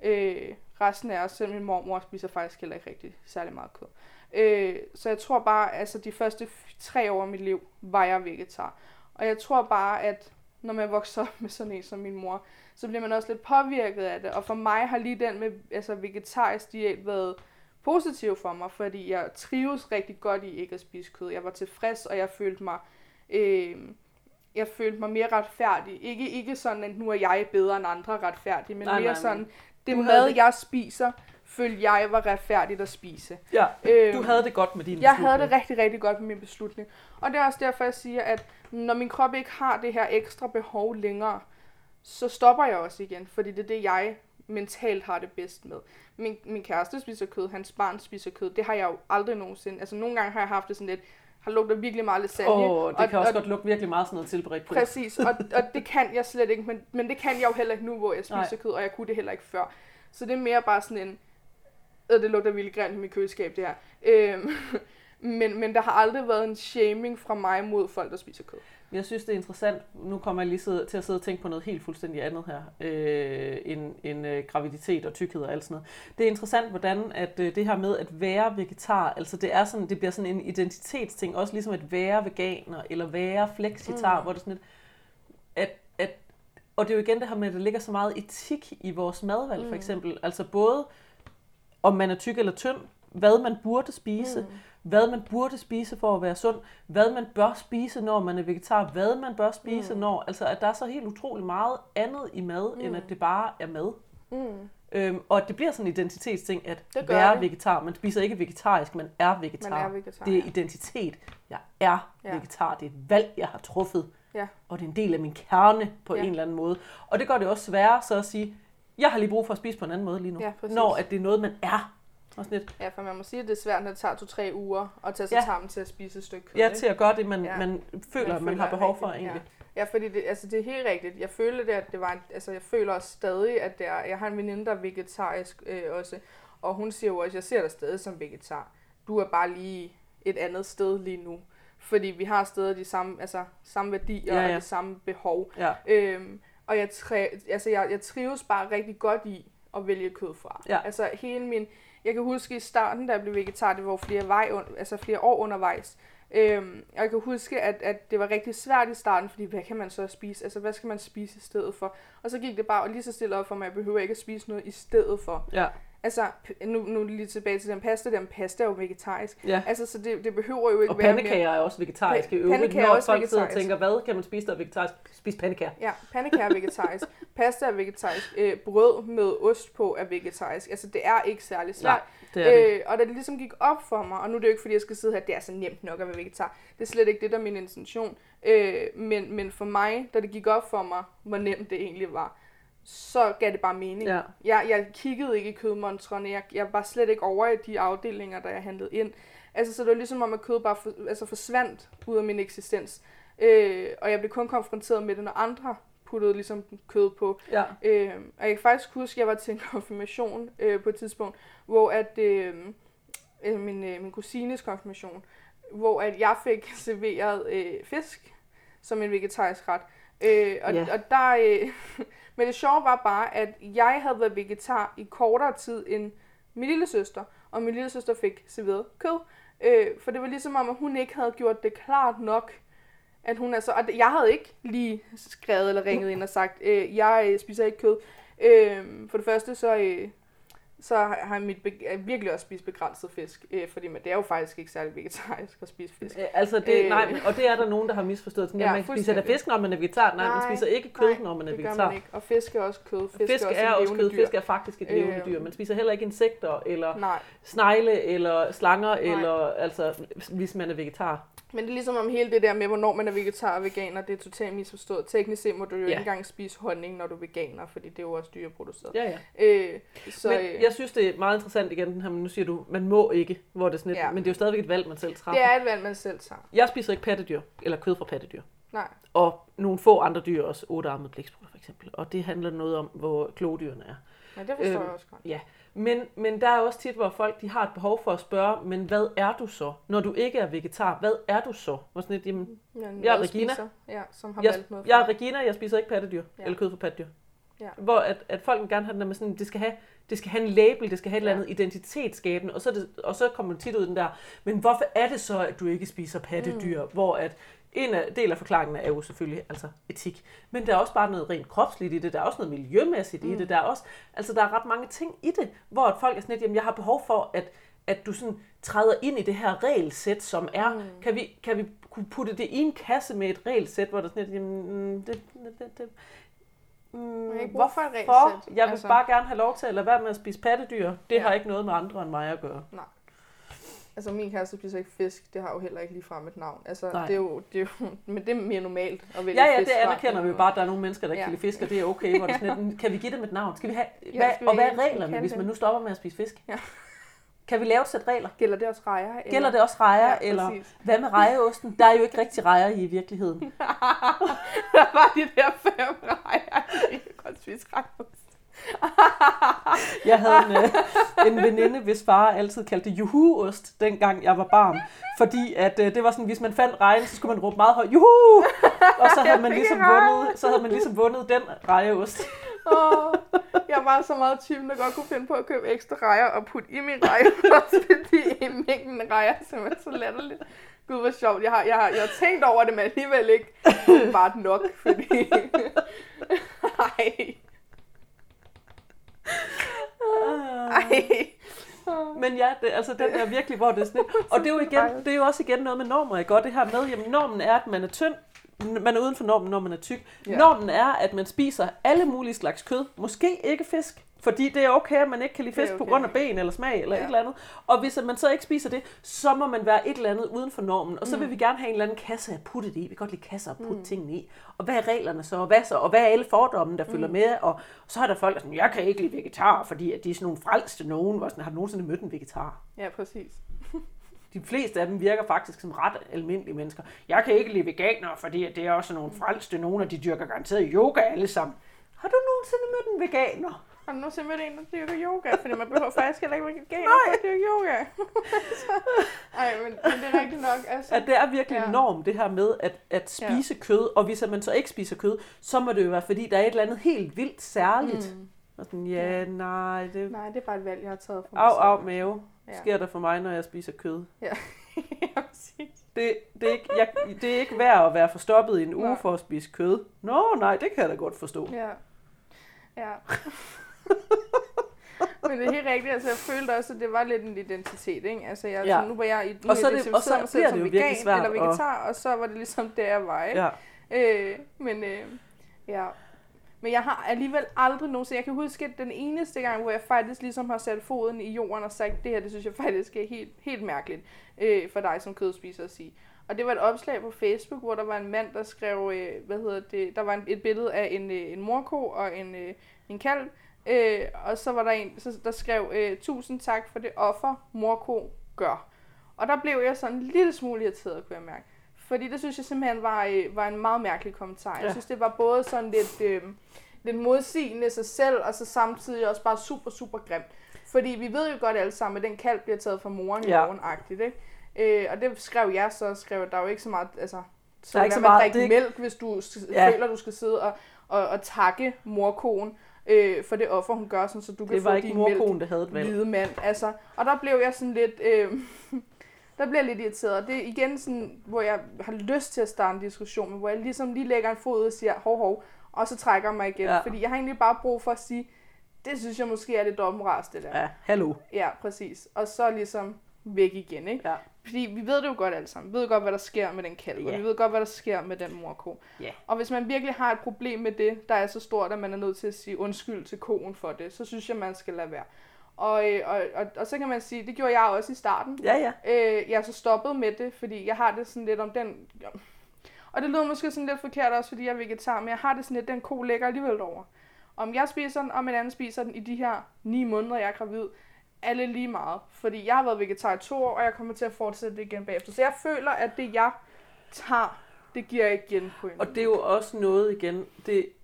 Øh, resten af os, selv min mormor, spiser faktisk heller ikke rigtig særlig meget kød. Øh, så jeg tror bare, altså de første tre år af mit liv, var jeg vegetar. Og jeg tror bare, at når man vokser op med sådan en som min mor, så bliver man også lidt påvirket af det. Og for mig har lige den med altså vegetarisk diæt været positiv for mig, fordi jeg trives rigtig godt i ikke at spise kød. Jeg var tilfreds, og jeg følte mig, øh, jeg følte mig mere retfærdig. Ikke, ikke sådan, at nu er jeg bedre end andre retfærdig, men nej, mere nej, sådan, det mad, det. jeg spiser, følte jeg var retfærdigt at spise. Ja, øh, du havde det godt med din beslutning. Jeg havde det rigtig, rigtig godt med min beslutning. Og det er også derfor, jeg siger, at når min krop ikke har det her ekstra behov længere, så stopper jeg også igen, fordi det er det, jeg mentalt har det bedst med. Min, min kæreste spiser kød, hans barn spiser kød, det har jeg jo aldrig nogensinde. Altså nogle gange har jeg haft det sådan lidt, har lugtet virkelig meget lasagne. Åh, oh, det og, kan også og, godt lugte virkelig meget sådan noget tilberedt kød. Præcis, og, og det kan jeg slet ikke, men, men det kan jeg jo heller ikke nu, hvor jeg spiser Nej. kød, og jeg kunne det heller ikke før. Så det er mere bare sådan en, øh, det lugter virkelig grimt i mit køleskab, det her. Øhm, men, men der har aldrig været en shaming fra mig mod folk, der spiser kød. Jeg synes, det er interessant. Nu kommer jeg lige sidde, til at sidde og tænke på noget helt fuldstændig andet her, øh, end, end øh, graviditet og tykkhed og alt sådan noget. Det er interessant, hvordan at, øh, det her med at være vegetar, altså det, er sådan, det bliver sådan en identitetsting, også ligesom at være veganer, eller være flexitar, mm. hvor det sådan et, at, at, og det er jo igen det her med, at der ligger så meget etik i vores madvalg, mm. for eksempel. Altså både, om man er tyk eller tynd, hvad man burde spise, mm. hvad man burde spise for at være sund, hvad man bør spise, når man er vegetar, hvad man bør spise, mm. når, altså at der er så helt utrolig meget andet i mad, mm. end at det bare er mad. Mm. Øhm, og at det bliver sådan en identitetsting, at være det. vegetar, man spiser ikke vegetarisk, man er vegetar. Man er vegetar, det er ja. identitet. Jeg er ja. vegetar, det er et valg, jeg har truffet, ja. og det er en del af min kerne på ja. en eller anden måde. Og det gør det også sværere så at sige, jeg har lige brug for at spise på en anden måde lige nu, ja, når at det er noget, man er. Ja, for man må sige, at det er svært, når det tager to-tre uger at tage sig ja. sammen til at spise et stykke kød. Ja, til at gøre det, man, ja. man føler, man, man har behov for egentlig. Ja, ja fordi det, altså, det er helt rigtigt. Jeg føler det, at det var en, altså jeg føler også stadig, at det er, jeg har en veninde, der er vegetarisk øh, også, og hun siger jo også, at jeg ser dig stadig som vegetar. Du er bare lige et andet sted lige nu. Fordi vi har stadig de samme, altså, samme værdier ja, ja. og de samme behov. Ja. Øhm, og jeg, tri, altså, jeg, jeg trives bare rigtig godt i at vælge kød fra. Ja. Altså hele min... Jeg kan huske i starten, da jeg blev vegetar, det var flere, vej, altså flere år undervejs. Øhm, jeg kan huske, at, at det var rigtig svært i starten, fordi hvad kan man så spise? Altså, hvad skal man spise i stedet for? Og så gik det bare lige så stille op for mig, jeg behøver ikke at spise noget i stedet for. Ja. Altså, nu, nu lige tilbage til den pasta, den pasta er jo vegetarisk. Ja. Altså, så det, det behøver jo ikke og være mere... Og pandekager er også vegetariske. Pa- pandekager er også folk sidder og tænker, hvad kan man spise, der er vegetarisk? Spis pandekager. Ja, pandekager er vegetarisk. Pasta er vegetarisk. Øh, brød med ost på er vegetarisk. Altså, det er ikke særlig svært. Nej, det er det. Øh, og da det ligesom gik op for mig, og nu er det jo ikke, fordi jeg skal sidde her, det er så nemt nok at være vegetar. Det er slet ikke det, der er min intention. Øh, men, men for mig, da det gik op for mig, hvor nemt det egentlig var, så gav det bare mening. Ja. Jeg, jeg kiggede ikke i kødmontrene, jeg, jeg var slet ikke over i de afdelinger, der jeg handlede ind. Altså, så det var ligesom om, at kød bare for, altså forsvandt ud af min eksistens. Øh, og jeg blev kun konfronteret med det, når andre puttede ligesom kød på. Ja. Øh, og jeg kan faktisk huske, at jeg var til en konfirmation øh, på et tidspunkt, hvor at øh, min, øh, min kusines konfirmation, hvor at jeg fik serveret øh, fisk som en vegetarisk ret. Øh, og, yeah. og der, øh, men det sjove var bare, at jeg havde været vegetar i kortere tid end min lille søster, og min lille søster fik serveret kød. Øh, for det var ligesom om, at hun ikke havde gjort det klart nok, at hun altså, og jeg havde ikke lige skrevet eller ringet ind og sagt, øh, jeg spiser ikke kød. Øh, for det første, så, øh, så har jeg mit be- virkelig også spist begrænset fisk, øh, fordi men det er jo faktisk ikke særlig vegetarisk at spise fisk. Øh, altså det, øh, nej, og det er der nogen, der har misforstået. Sådan, ja, man spiser der fisk, når man er vegetar. Nej, nej man spiser ikke kød, nej, når man er vegetar. Nej, det gør man ikke. Og fisk er også kød. Fisk, fisk er også, er også kød. Dyr. Fisk er faktisk et levende øh, dyr. Man spiser heller ikke insekter, eller nej. snegle, eller slanger, nej. eller altså, hvis man er vegetar. Men det er ligesom om hele det der med, hvornår man er vegetar og veganer, det er totalt misforstået. Teknisk set må du jo ja. ikke engang spise honning, når du er veganer, fordi det er jo også dyreproduceret. Ja, ja. Øh, så, men øh, jeg synes, det er meget interessant igen, den her, men nu siger du, man må ikke, hvor det er sådan et, ja. men det er jo stadigvæk et valg, man selv træffer. Det er et valg, man selv tager. Jeg spiser ikke pattedyr, eller kød fra pattedyr. Nej. Og nogle få andre dyr også, ottearmede blæksprutter for eksempel. Og det handler noget om, hvor klodyrene er. Ja, det forstår øhm, jeg også godt. Ja. Men, men der er også tit, hvor folk de har et behov for at spørge, men hvad er du så? Når du ikke er vegetar, hvad er du så? Hvor sådan et, jamen, ja, jeg er Regina. Spiser, ja, som har jeg, valgt noget jeg er Regina, jeg spiser ikke pattedyr, ja. eller kød fra pattedyr. Ja. Hvor at, at folk gerne har den der med sådan, det skal have, det skal have en label, det skal have et ja. eller andet identitetsskabende, og så, det, og så kommer man tit ud den der, men hvorfor er det så, at du ikke spiser pattedyr, mm. hvor at en af, del af forklaringen er jo selvfølgelig altså etik, men der er også bare noget rent kropsligt i det, der er også noget miljømæssigt mm. i det, der er også, altså der er ret mange ting i det, hvor at folk er sådan lidt, jamen jeg har behov for, at, at du sådan træder ind i det her regelsæt, som er, mm. kan vi, kan vi putte det i en kasse med et regelsæt, hvor der er sådan lidt, jamen det, det, det Mm, ikke hvorfor? Regelsæt? Jeg vil altså. bare gerne have lov til at lade være med at spise pattedyr. Det ja. har ikke noget med andre end mig at gøre. Nej. Altså min kæreste spiser ikke fisk. Det har jo heller ikke ligefrem et navn. Altså det er, jo, det er jo, men det er mere normalt at vælge ja, ja, fisk. Ja, det anerkender vi jo bare, at der er nogle mennesker, der ikke ja. kan lide fisk, og det er okay. Hvor det sådan, kan vi give dem et navn? Skal vi have, ja, hvad, skal vi og hvad er have, reglerne, hvis man nu stopper med at spise fisk? Ja. Kan vi lave et sæt regler? Gælder det også rejer? Eller? Gælder det også rejer? Ja, eller hvad med rejeosten? Der er jo ikke rigtig rejer i virkeligheden. Der var de der fem rejer. Jeg kan godt spise rejeost. Jeg havde en, øh, en veninde, hvis far altid kaldte det juhu-ost, dengang jeg var barn. Fordi at, øh, det var sådan, hvis man fandt rejen, så skulle man råbe meget højt, juhu! Og så havde man ligesom vundet, så havde man ligesom vundet den rejeost. Oh, jeg var så meget typen, der godt kunne finde på at købe ekstra rejer og putte i min rejeost, fordi mængden rejer simpelthen så latterligt. Gud, hvor sjovt. Jeg har, jeg, har, jeg har tænkt over det, men alligevel ikke bare nok, fordi... Ej. Ej. Men ja, det, altså den er virkelig, hvor det er sådan. Og det er jo igen, det er jo også igen noget med normer, ikke? Og det her med, jamen normen er, at man er tynd, man er uden for normen, når man er tyk. Yeah. Normen er, at man spiser alle mulige slags kød, måske ikke fisk, fordi det er okay, at man ikke kan lide fisk okay. på grund af ben eller smag eller yeah. et eller andet. Og hvis man så ikke spiser det, så må man være et eller andet uden for normen. Og så vil mm. vi gerne have en eller anden kasse at putte det i. Vi kan godt lide kasser at putte mm. tingene i. Og hvad er reglerne så? Og hvad så? Og hvad er alle fordommene, der følger mm. med? Og så er der folk, der sådan, jeg kan ikke lide vegetar, fordi at de er sådan nogle frelste nogen. Hvor sådan, har du nogensinde mødt en vegetar? Ja, præcis. De fleste af dem virker faktisk som ret almindelige mennesker. Jeg kan ikke lide veganer, fordi det er også nogle frelste nogen, og de dyrker garanteret yoga alle sammen. Har du nogensinde mødt en veganer? Har du nogensinde mødt en, der dyrker yoga? Fordi man behøver faktisk heller ikke veganer for at dyrke yoga. Ej, men, men det er rigtigt nok. Altså. At det er virkelig ja. norm, det her med at, at spise ja. kød, og hvis man så ikke spiser kød, så må det jo være, fordi der er et eller andet helt vildt særligt. Mm. Og sådan, ja, ja, nej. Det... Nej, det er bare et valg, jeg har taget for mig. Au, au, mave. Ja. Sker der for mig, når jeg spiser kød. Ja, ja præcis. Det, det, er ikke, jeg, det er ikke værd at være forstoppet i en uge nej. for at spise kød. Nå, nej, det kan jeg da godt forstå. Ja, ja. Men det er helt rigtigt, altså jeg følte også, at det var lidt en identitet, ikke? Altså jeg, ja. nu var jeg nu og så, det, og så mig selv som vegan eller vegetar, og... og så var det ligesom det, jeg var, ikke? Ja. Øh, men øh, ja... Men jeg har alligevel aldrig nogensinde, jeg kan huske, at den eneste gang, hvor jeg faktisk ligesom har sat foden i jorden og sagt, det her, det synes jeg faktisk er helt, helt mærkeligt øh, for dig som kødspiser at sige. Og det var et opslag på Facebook, hvor der var en mand, der skrev, øh, hvad hedder det, der var en, et billede af en, øh, en morko og en, øh, en kalv, øh, og så var der en, så, der skrev, øh, tusind tak for det offer, morko gør. Og der blev jeg sådan en lille smule irriteret, kunne jeg mærke. Fordi det synes jeg simpelthen var, øh, var en meget mærkelig kommentar. Ja. Jeg synes, det var både sådan lidt, øh, lidt modsigende sig selv, og så samtidig også bare super, super grimt. Fordi vi ved jo godt alle sammen, at den kalv bliver taget fra moren i ja. morgen-agtigt, ikke? Øh, og det skrev jeg så, skrev der er jo ikke så meget, altså, så der er ikke så meget at drikke ikke... mælk, hvis du ja. føler, du skal sidde og, og, og takke morkoen øh, for det offer, hun gør, sådan, så du kan få din mælk. Det var ikke morkoen, der havde et valg. Hvide mand, altså. Og der blev jeg sådan lidt... Øh, Der bliver jeg lidt irriteret, og det er igen sådan, hvor jeg har lyst til at starte en diskussion, hvor jeg ligesom lige lægger en fod ud og siger, hov, hov, og så trækker jeg mig igen. Ja. Fordi jeg har egentlig bare brug for at sige, det synes jeg måske er lidt dobbeltræst, det der. Ja, hallo. Ja, præcis. Og så ligesom væk igen, ikke? Ja. Fordi vi ved det jo godt alle sammen. Vi ved godt, hvad der sker med den kalv, og vi ved godt, hvad der sker med den morko. Yeah. Og hvis man virkelig har et problem med det, der er så stort, at man er nødt til at sige undskyld til koen for det, så synes jeg, man skal lade være. Og, og, og, og så kan man sige, det gjorde jeg også i starten. Ja, ja. Øh, jeg er så stoppet med det, fordi jeg har det sådan lidt om den... Ja. Og det lyder måske sådan lidt forkert også, fordi jeg er vegetar, men jeg har det sådan lidt, den ko ligger alligevel over. Om jeg spiser den, og en anden spiser den i de her ni måneder, jeg er gravid, alle lige meget. Fordi jeg har været vegetar i to år, og jeg kommer til at fortsætte det igen bagefter. Så jeg føler, at det jeg tager, det giver jeg igen på en. Og det er jo også noget igen, det...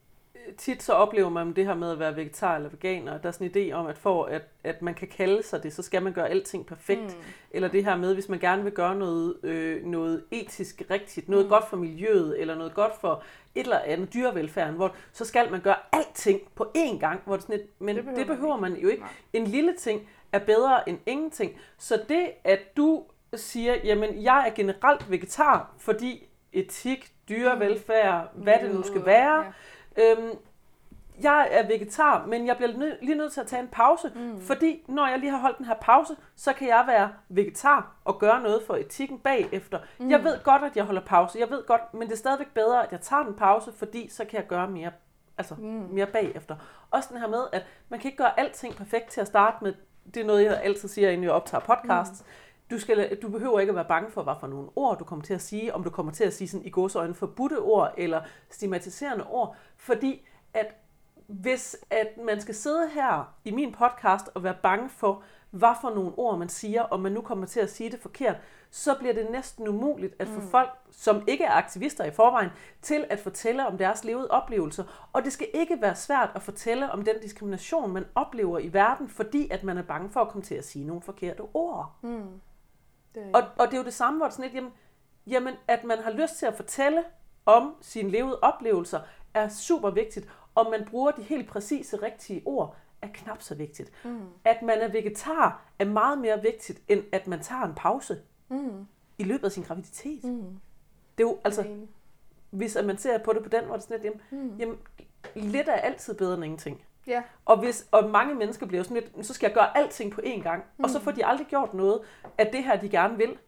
tit så oplever man det her med at være vegetar eller veganer, der er sådan en idé om, at for at, at man kan kalde sig det, så skal man gøre alting perfekt. Mm. Eller det her med, hvis man gerne vil gøre noget, øh, noget etisk rigtigt, noget mm. godt for miljøet, eller noget godt for et eller andet dyrevelfærden, hvor så skal man gøre alting på én gang, hvor det sådan et, men det behøver, det behøver man, man jo ikke. Nej. En lille ting er bedre end ingenting. Så det, at du siger, jamen jeg er generelt vegetar, fordi etik, dyrevelfærd, mm. hvad det nu skal være. Ja. Øhm, jeg er vegetar, men jeg bliver nø- lige nødt til at tage en pause, mm. fordi når jeg lige har holdt den her pause, så kan jeg være vegetar og gøre noget for etikken bagefter. Mm. Jeg ved godt, at jeg holder pause, jeg ved godt, men det er stadigvæk bedre, at jeg tager den pause, fordi så kan jeg gøre mere, altså mm. mere bagefter. Også den her med, at man kan ikke gøre alting perfekt til at starte med. Det er noget, jeg altid siger, inden jeg optager podcasts. Mm. Du, skal, du behøver ikke at være bange for, hvad for nogle ord du kommer til at sige, om du kommer til at sige sådan i gåseøjne forbudte ord eller stigmatiserende ord, fordi at hvis at man skal sidde her i min podcast og være bange for, hvad for nogle ord man siger, og man nu kommer til at sige det forkert, så bliver det næsten umuligt at få mm. folk, som ikke er aktivister i forvejen, til at fortælle om deres levede oplevelser. Og det skal ikke være svært at fortælle om den diskrimination, man oplever i verden, fordi at man er bange for at komme til at sige nogle forkerte ord. Mm. Det og, og det er jo det samme, hvor det sådan lidt, jamen, jamen, at man har lyst til at fortælle om sine levede oplevelser, er super vigtigt, og man bruger de helt præcise, rigtige ord, er knap så vigtigt. Mm. At man er vegetar, er meget mere vigtigt, end at man tager en pause mm. i løbet af sin graviditet. Mm. Det er jo, altså, mm. hvis at man ser på det på den måde, sådan lidt, jamen, mm. jamen, lidt er altid bedre end ingenting. Yeah. Og, hvis, og mange mennesker bliver sådan lidt, så skal jeg gøre alting på én gang, mm. og så får de aldrig gjort noget af det her, de gerne vil.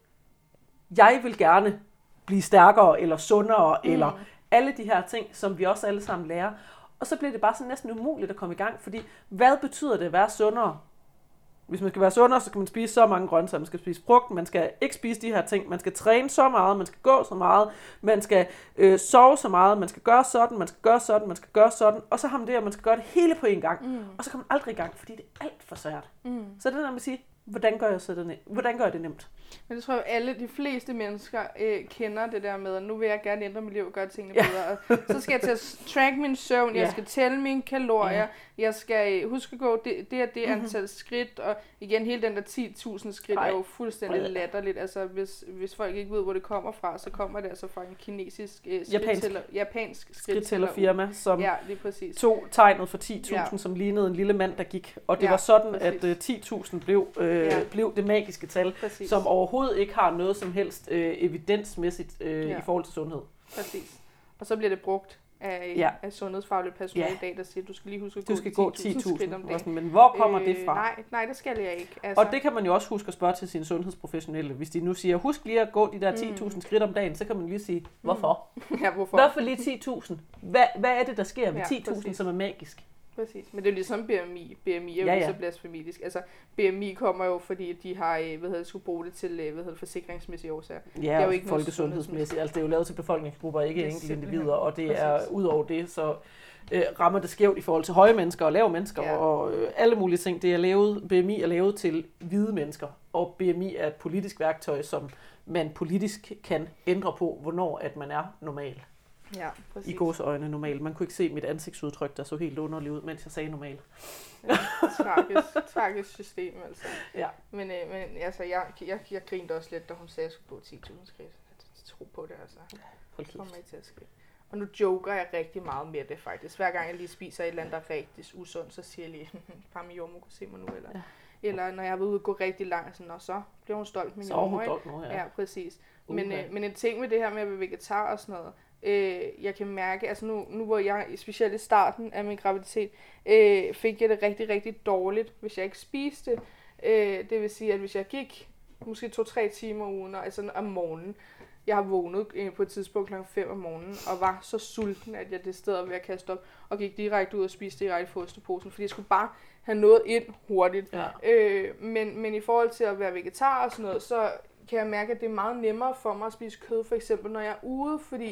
Jeg vil gerne blive stærkere, eller sundere, mm. eller alle de her ting, som vi også alle sammen lærer. Og så bliver det bare sådan næsten umuligt at komme i gang, fordi hvad betyder det at være sundere? Hvis man skal være sundere, så kan man spise så mange grøntsager, man skal spise frugt, man skal ikke spise de her ting, man skal træne så meget, man skal gå så meget, man skal øh, sove så meget, man skal gøre sådan, man skal gøre sådan, man skal gøre sådan, og så har man det, at man skal gøre det hele på en gang, mm. og så kommer man aldrig i gang, fordi det er alt for svært. Mm. Så det er der, man siger, hvordan gør jeg så det nemt? Hvordan gør jeg det nemt? Men det tror jeg, alle de fleste mennesker øh, kender det der med, at nu vil jeg gerne ændre mit liv og gøre tingene bedre. Ja. Så skal jeg til at track min søvn, jeg ja. skal tælle mine kalorier, ja. jeg skal huske at gå det, det er det mm-hmm. antal skridt, og igen, hele den der ti tusind skridt Ej. er jo fuldstændig Ej. latterligt. Altså, hvis, hvis folk ikke ved, hvor det kommer fra, så kommer det altså fra en kinesisk øh, skridttæller, japansk skridttællerfirma, som ja, lige præcis. tog tegnet for ti tusind, ja. som lignede en lille mand, der gik. Og det ja, var sådan, præcis. at uh, ti tusind blev, øh, ja. blev det magiske tal, præcis. som overhovedet ikke har noget som helst øh, evidensmæssigt øh, ja. i forhold til sundhed. Præcis. Og så bliver det brugt af, ja. af sundhedsfagligt personale ja. i dag, der siger, at du skal lige huske at du skal gå ti tusind om dagen. Men hvor kommer øh, det fra? Nej, nej, det skal jeg ikke. Altså. Og det kan man jo også huske at spørge til sine sundhedsprofessionelle. Hvis de nu siger, husk lige at gå de der ti tusind mm. skridt om dagen, så kan man lige sige, hvorfor? Mm. ja, hvorfor? Hvorfor lige ti tusind? Hvad, hvad er det, der sker ved ja, ti tusind, som er magisk? Præcis, men det er jo ligesom B M I. B M I er jo ja, ja. så blasfemisk. Altså, B M I kommer jo, fordi de har, hvad hedder det, skulle bruge det til, hvad hedder det, forsikringsmæssige årsager. Ja, det er jo ikke folkesundhedsmæssigt. Altså, det er jo lavet til befolkningsgrupper, ikke enkelte individer, og det Præcis. er ud over det, så øh, rammer det skævt i forhold til høje mennesker og lave mennesker, ja. og øh, alle mulige ting. Det er lavet, B M I er lavet til hvide mennesker, og B M I er et politisk værktøj, som man politisk kan ændre på, hvornår at man er normal. Ja, i gåseøjne normal. Man kunne ikke se mit ansigtsudtryk, der så helt underligt ud, mens jeg sagde normal. Ja, tragisk, tragisk system, altså. Ja. Men, øh, men altså, jeg, jeg, jeg grinte også lidt, da hun sagde, at jeg skulle gå ti tusind skridt. Jeg tro på det, altså. Hold kæft. Kommer til at ske. Og nu joker jeg rigtig meget med det, faktisk. Hver gang jeg lige spiser et eller andet, der er rigtig usundt, så siger jeg lige, bare min jordmor kunne se mig nu, eller... Ja. Eller når jeg har været ude og gå rigtig langt, sådan, og så bliver hun stolt med min jordmor. Så er hun stolt nu, ja. Ja, præcis. Men, øh, men en ting med det her med at være vegetar og sådan noget, Øh, jeg kan mærke, altså nu, nu hvor jeg, specielt i starten af min graviditet, øh, fik jeg det rigtig, rigtig dårligt, hvis jeg ikke spiste. Øh, det vil sige, at hvis jeg gik måske to-tre timer uden, altså om morgenen, jeg har vågnet øh, på et tidspunkt klokken fem om morgenen, og var så sulten, at jeg det sted ved at kaste op, og gik direkte ud og spiste direkte fra osteposen, fordi jeg skulle bare have noget ind hurtigt. Ja. Øh, men, men i forhold til at være vegetar og sådan noget, så kan jeg mærke, at det er meget nemmere for mig at spise kød, for eksempel når jeg er ude, fordi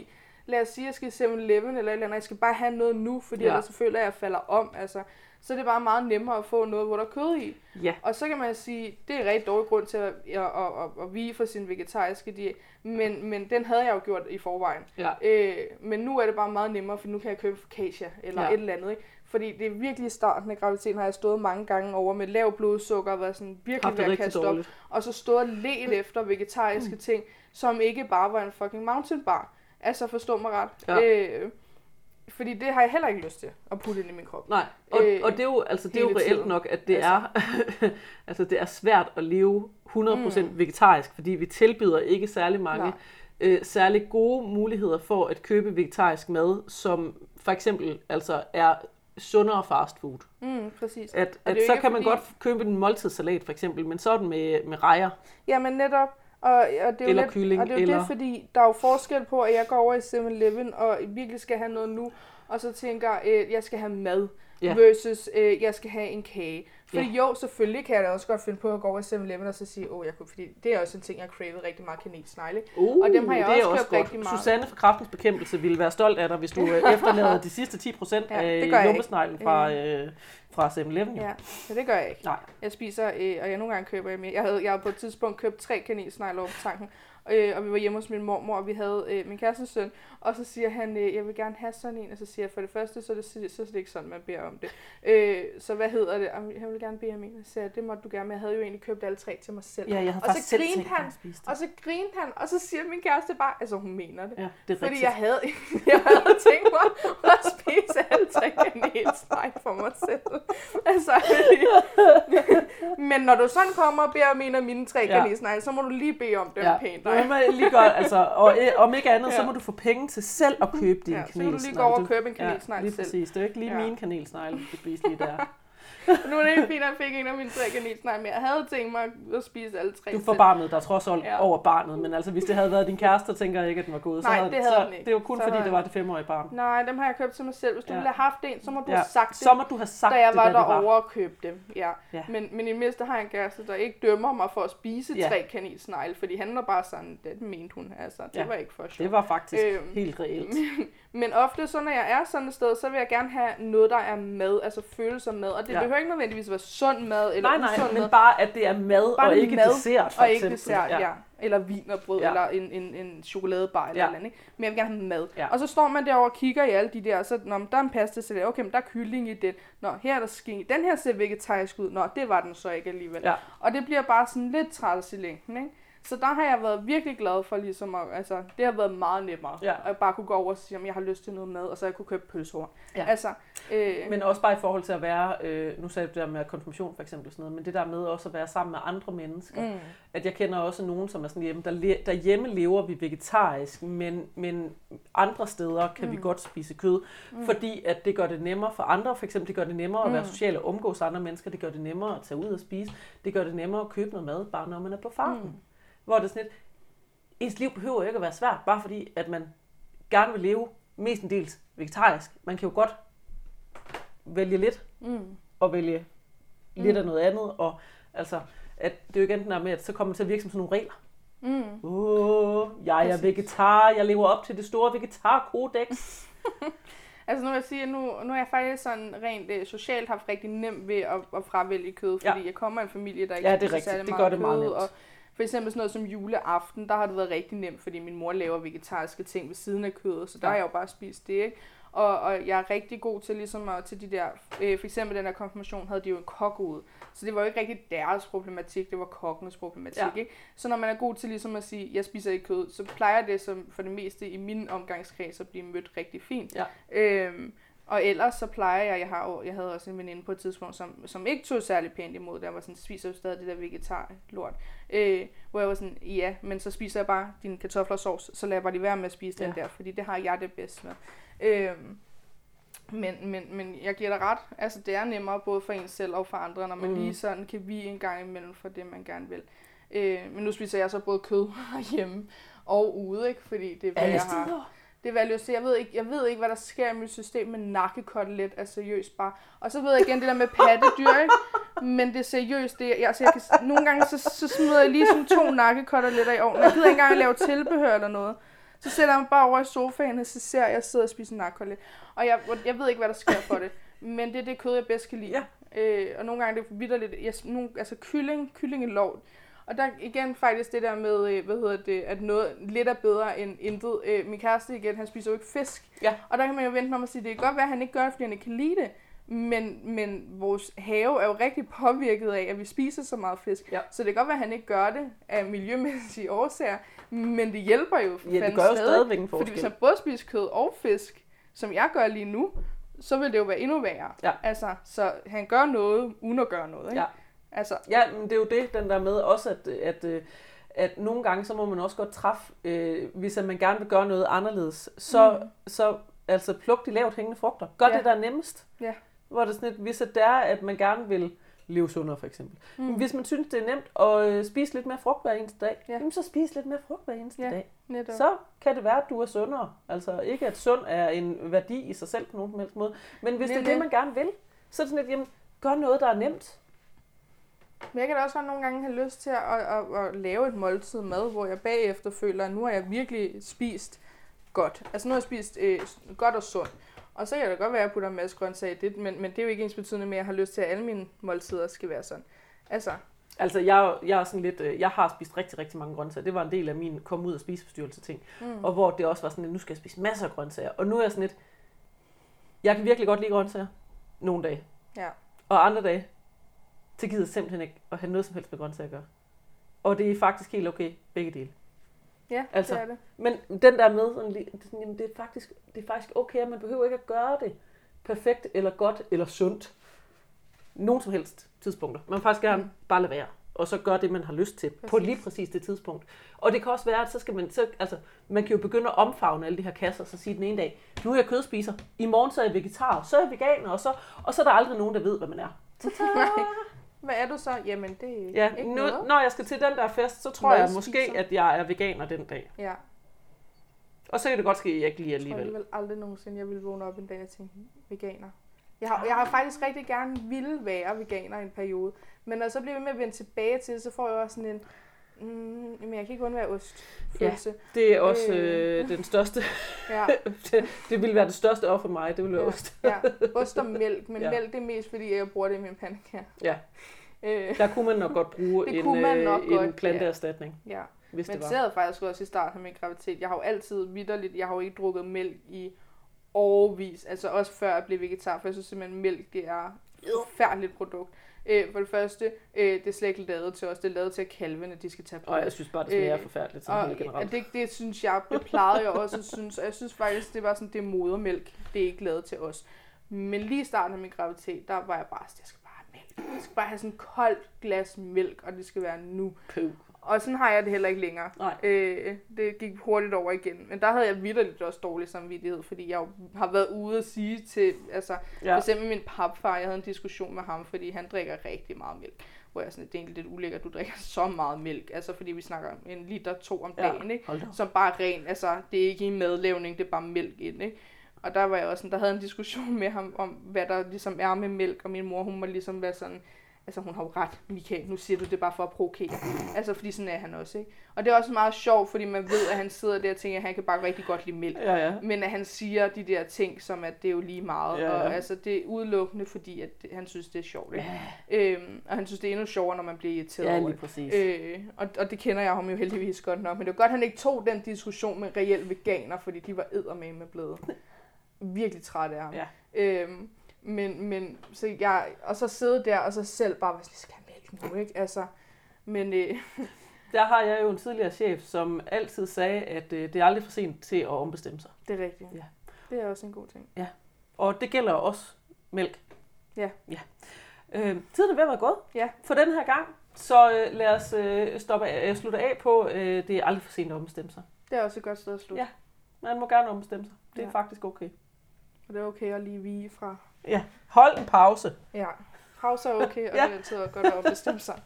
lad os sige, at jeg skal i seven eleven eller et eller andet, jeg skal bare have noget nu, fordi ja. ellers så føler jeg, at jeg falder om. Altså, så er det bare meget nemmere at få noget, hvor der er kød i. Ja. Og så kan man sige, det er en rigtig dårlig grund til at, at, at, at, at vige for sin vegetariske diæt, men, men den havde jeg jo gjort i forvejen. Ja. Øh, men nu er det bare meget nemmere, for nu kan jeg købe focaccia eller ja. et eller andet, ikke? Fordi det er virkelig i starten af graviditeten, har jeg stået mange gange over med lav blodsukker, og været sådan virkelig ved at kaste op, og så stået og let efter vegetariske mm. ting, som ikke bare var en fucking mountain bar. Altså forstå mig ret. Ja. Øh, fordi det har jeg heller ikke lyst til at putte ind i min krop. Nej, og, øh, og det er jo, altså, det er jo reelt tiden. nok, at det altså. er altså det er svært at leve hundrede procent mm. vegetarisk, fordi vi tilbyder ikke særlig mange øh, særlig gode muligheder for at købe vegetarisk mad, som for eksempel altså er sundere fast food. Mm, præcis. At, at så kan man fordi... godt købe en måltidssalat for eksempel, men så er den med, med rejer. Jamen netop. Og, og det er jo eller lidt, kylling. Og det er jo eller... det, fordi der er jo forskel på, at jeg går over i seven eleven og virkelig skal have noget nu, og så tænker, øh, jeg skal have mad, ja. versus øh, jeg skal have en kage. Fordi ja. jo, selvfølgelig kan jeg da også godt finde på at gå over i seven eleven og så sige, åh, jeg kunne, fordi det er også en ting, jeg har cravet rigtig meget, kanelsnegle. Uh, og dem har jeg også, også købt rigtig meget. Susanne fra Kræftens Bekæmpelse ville være stolt af dig, hvis du efterlader de sidste ti procent ja, af lumpesneglen fra, øh, fra seven eleven. Ja, men det gør jeg ikke. Nej. Jeg spiser, øh, og jeg nogle gange køber jeg mere. Jeg havde, jeg havde på et tidspunkt købt tre kanelsnegle over på tanken, øh, og vi var hjemme hos min mormor, og vi havde øh, min kærestes søn, og så siger han, øh, jeg vil gerne have sådan en, og så siger jeg, for det første, så er det, så er det ikke sådan, man beder om det. Øh, så hvad hedder det? Han vil gerne bede om en, og så siger jeg, det måtte du gerne, men jeg havde jo egentlig købt alle tre til mig selv. Ja, jeg havde og så så grinte han, og så grinte han, og så siger min kæreste bare, altså hun mener det. Ja, det er fordi rigtigt. jeg havde, jeg havde tænkt mig at spise alle tre kanelsnegle for mig selv. Altså, men når du sådan kommer og beder om en af mine tre ja. kanelsnegle, så må du lige bede om dem ja. pænt. Ja, må lige godt, altså, og om ikke andet, ja. så må du få penge til selv at købe dine ja, kanelsnegle. Så kan du lige gå over og købe en kanelsnegle ja, selv. Præcis, det er jo ikke lige ja. mine kanelsnegle, du spiser lige der. Nu er det ikke fint, at jeg fik en af mine tre kanelsnegle, men jeg havde tænkt mig at spise alle tre. Du forbarmede dig trods alt ja. over barnet, men altså hvis det havde været din kæreste, tænker jeg ikke, at den var god. Nej, så havde, det havde så, den ikke. Det var kun så fordi, det var det femårige barn. Nej, dem har jeg købt til mig selv. Hvis du ja. ville have haft en, så må du ja. have sagt det. Så må du have sagt da jeg var det, derovre og købte dem. Ja. Ja. Men, men i det mindste har jeg en kæreste, der ikke dømmer mig for at spise ja. tre kanelsnegle, fordi han var bare sådan, det mente hun. Altså, det ja. var ikke for sjovt. Det var faktisk øhm, helt reelt. Men ofte, så når jeg er sådan et sted, så vil jeg gerne have noget, der er mad, altså følelser mad. Og det ja. behøver ikke nødvendigvis at være sund mad, eller nej, nej, usund men mad. bare at det er mad, bare og ikke mad, dessert, for og eksempel. ikke dessert, ja. ja. Eller vin og ja. eller en, en, en chokoladebar, eller ja. eller andet, ikke? Men jeg vil gerne have mad. Ja. Og så står man derovre og kigger i alle de der, så når der er en pasta salat, okay, men der er kylling i den. Nå, her er der skinke. Den her ser vegetarisk ud. Nå, det var den så ikke alligevel. Ja. Og det bliver bare sådan lidt træls i længden, ikke? Så der har jeg været virkelig glad for ligesom at, altså, det har været meget nemmere. Ja. At bare kunne gå over og sige, at jeg har lyst til noget mad, og så jeg kunne købe pølsehorn. Ja. Altså, øh, men også bare i forhold til at være, øh, nu sagde du det der med konfirmation for eksempel, sådan noget, men det der med også at være sammen med andre mennesker. Mm. At jeg kender også nogen, som er sådan hjemme, der, le- der hjemme lever vi vegetarisk, men, men andre steder kan mm. vi godt spise kød, mm. fordi at det gør det nemmere for andre. For eksempel det gør det nemmere at være sociale og omgås andre mennesker, det gør det nemmere at tage ud og spise, det gør det nemmere at købe noget mad, bare når man er på farten. Mm. Hvor det er sådan lidt, ens liv behøver ikke at være svært, bare fordi, at man gerne vil leve mestendels vegetarisk. Man kan jo godt vælge lidt, mm. og vælge mm. lidt af noget andet, og altså, at det er jo ikke enten er med, at så kommer man til at virke som sådan nogle regler. Mm. Åh, jeg er vegetar, jeg lever op til det store vegetarkodex. Altså nu vil jeg sige, at nu, nu er jeg faktisk sådan rent øh, socialt haft rigtig nemt ved at, at fravælge kød, fordi ja. jeg kommer af en familie, der ikke ja, spiser særlig det meget gør det kød, meget nemt. Og for eksempel sådan noget som juleaften, der har det været rigtig nemt, fordi min mor laver vegetariske ting ved siden af kødet, så der ja. har jeg jo bare spist det, ikke? Og, og jeg er rigtig god til ligesom at, til de der, øh, for eksempel den der konfirmation havde de jo en kok ude, så det var jo ikke rigtig deres problematik, det var kokkenes problematik, ja. ikke? Så når man er god til ligesom at sige, jeg spiser ikke kød, så plejer det som for det meste i min omgangskreds at blive mødt rigtig fint. Ja. Øhm, Og ellers så plejer jeg, jeg, har jo, jeg havde også en veninde på et tidspunkt, som, som ikke tog særlig pænt imod det. Jeg var sådan, spiser jo stadig det der vegetar-lort. Øh, hvor jeg var sådan, ja, men så spiser jeg bare dine kartofler og sovs, så lader jeg bare lige være med at spise ja. den der, fordi det har jeg det bedst med. Øh, men, men, men jeg giver dig ret, altså det er nemmere både for en selv og for andre, når man mm. lige sådan kan vige en gang imellem for det, man gerne vil. Øh, men nu spiser jeg så både kød hjemme og ude, ikke? Fordi det er, hvad jeg har. Det er valgløst. Jeg ved ikke, jeg ved ikke, hvad der sker i mit system med nakkekotelet er seriøst bare. Og så ved jeg igen det der med pattedyr, ikke? Men det er seriøst. Det er, altså jeg kan, nogle gange så, så smider jeg lige sådan to nakkekoteletter i ovnen. Jeg gider ikke engang lave tilbehør eller noget. Så sætter jeg mig bare over i sofaen, og så ser jeg, jeg sidder og spiser narkolle. Og jeg, jeg ved ikke, hvad der sker for det. Men det er det kød, jeg bedst kan lide. Ja. Øh, og nogle gange er det vitterligt. Jeg, nogle, altså kylling, kyllingelov. Og der igen faktisk det der med, hvad hedder det, at noget lidt er bedre end intet. Øh, min kæreste igen, han spiser jo ikke fisk. Ja. Og der kan man jo vente om at sige, det kan godt være, at han ikke gør det, fordi han ikke kan lide det. Men, men vores have er jo rigtig påvirket af, at vi spiser så meget fisk. Ja. Så det kan godt være, at han ikke gør det af miljømæssige årsager. Men det hjælper jo for ja, det gør jo stadigvæk en forskel. Fordi hvis han både spiser kød og fisk, som jeg gør lige nu, så vil det jo være endnu værre. Ja. Altså, så han gør noget, uden at gøre noget. Ikke? Ja. Altså. Ja, men det er jo det, den der med også, at, at, at nogle gange, så må man også godt træffe, øh, hvis man gerne vil gøre noget anderledes, så, mm. så altså pluk de lavt hængende frugter. Gør ja. det, der er nemmest. Ja. Hvor det sådan et, hvis det er, at man gerne vil leve sundere for eksempel. Mm. Men hvis man synes, det er nemt at øh, spise lidt mere frugt hver eneste dag, ja. jamen, så spis lidt mere frugt hver eneste ja, dag. Netop. Så kan det være, at du er sundere. Altså ikke, at sund er en værdi i sig selv på nogen som helst måde. Men hvis Netop. det er det, man gerne vil, så er det sådan et, jamen, gør noget, der er nemt. Men jeg kan da også nogle gange have lyst til at, at, at, at lave et måltid mad, hvor jeg bagefter føler, at nu har jeg virkelig spist godt. Altså nu har jeg spist øh, godt og sundt. Og så kan det godt være, at jeg putter en masse grøntsager i det, men, men det er jo ikke ens betydende med, at jeg har lyst til, at alle mine måltider skal være sådan. Altså, altså jeg, jeg er sådan lidt, jeg har spist rigtig, rigtig mange grøntsager. Det var en del af min komme ud af spiseforstyrrelse ting. Mm. Og hvor det også var sådan, at nu skal jeg spise masser af grøntsager. Og nu er jeg sådan lidt, jeg kan virkelig godt lide grøntsager. Nogle dage. Ja. Og andre dage, så gider jeg simpelthen ikke at have noget som helst med grøntsager at gøre. Og det er faktisk helt okay, begge dele. Ja, altså, det er det. Men den der med, sådan, det, sådan, jamen, det, er faktisk, det er faktisk okay, at man behøver ikke at gøre det perfekt, eller godt, eller sundt. Nogen som helst tidspunkter. Man faktisk gerne mm. bare lade være, og så gøre det, man har lyst til, præcis. På lige præcis det tidspunkt. Og det kan også være, at så skal man, så, altså, man kan jo begynde at omfavne alle de her kasser, og så sige den ene dag, nu er jeg kødspiser, i morgen så er jeg vegetar, så er jeg veganer, og så, og så er der aldrig nogen, der ved, hvad man er. Hvad er du så? Jamen, det er ja, ikke nu, noget. Når jeg skal til den der fest, så tror Hvad jeg spiser? måske, at jeg er veganer den dag. Ja. Og så kan det godt ske, at jeg ikke lige alligevel. Jeg tror alligevel aldrig nogensinde, jeg ville vågne op en dag og tænke, veganer. Jeg har, jeg har faktisk rigtig gerne ville være veganer i en periode. Men når så bliver vi med at vende tilbage til det, så får jeg også sådan en, mm, men jeg kan ikke undvære ost følelse. Ja, det er også øh, øh, den største. Ja. det, det ville være det største offer for mig, det ville være ja. ost. ja, ost og mælk, men ja. mælk det er mest, fordi jeg bruger det i min pandekager. Ja. Der kunne man nok godt bruge en, nok en godt, planteerstatning. Ja. Hvis men det var. det havde faktisk også i starten af min graviditet. Jeg har jo altid vitterligt, jeg har jo ikke drukket mælk i årevis. Altså også før jeg blev vegetar, for jeg synes simpelthen, mælk det er et forfærdeligt produkt. Øh, for det første, øh, det er slet ikke lavet til os. Det er lavet til at kalvene, de skal tage på. Og jeg synes bare, det smager øh, forfærdeligt sådan og, helt generelt. Det, det synes jeg, det plejede jeg også synes. Og jeg synes faktisk, det var sådan, det er modermælk. Det er ikke lavet til os. Men lige i starten af min graviditet, der var jeg bare, jeg skal bare have mælk. Jeg skal bare have sådan et koldt glas mælk, og det skal være nu. Puh. Og sådan har jeg det heller ikke længere. Øh, det gik hurtigt over igen. Men der havde jeg vitterligt også dårlig samvittighed, fordi jeg har været ude at sige til, altså ja. For eksempel min papfar, jeg havde en diskussion med ham, fordi han drikker rigtig meget mælk. Hvor jeg sådan, det er egentlig lidt ulækkert, du drikker så meget mælk. Altså fordi vi snakker en liter to om dagen, ja, ikke? Som bare ren, altså det er ikke i madlavning, det er bare mælk ind, ikke? Og der var jeg også sådan, der havde en diskussion med ham om, hvad der ligesom er med mælk, og min mor, hun må ligesom være sådan, altså hun har jo ret, Michael, nu siger du det bare for at provokere. Altså fordi sådan er han også, ikke? Og det er også meget sjovt, fordi man ved, at han sidder der og tænker, at han kan bare rigtig godt lide mælk. Ja, ja. Men at han siger de der ting, som at det er jo lige meget. Ja, ja. Og altså det er udelukkende, fordi at han synes, det er sjovt, ikke? Ja. Øhm, og han synes, det er endnu sjovere, når man bliver irriteret ja, over lige præcis. Øh, og, og det kender jeg ham jo heldigvis godt nok. Men det var godt, at han ikke tog den diskussion med reelle veganer, fordi de var eddermame blevet virkelig træt af ham. Ja. Øhm, Men, men, så jeg, og så sidde der, og så selv bare, hvad skal jeg mælke nu, ikke? Altså, men... Øh. Der har jeg jo en tidligere chef, som altid sagde, at øh, det er aldrig for sent til at ombestemme sig. Det er rigtigt. Ja. Det er også en god ting. Ja, og det gælder også mælk. Ja. Ja. Øh, tiden er ved at være gået ja. For den her gang, så øh, lad os øh, stoppe af, slutte af på, øh, det er aldrig for sent at ombestemme sig. Det er også et godt sted at slutte. Ja, man må gerne ombestemme sig. Det er ja. faktisk okay. Og det er okay at lige vige fra... Ja, hold en pause. Ja, pause er okay, og ja. Det er altid godt at bestemme sig.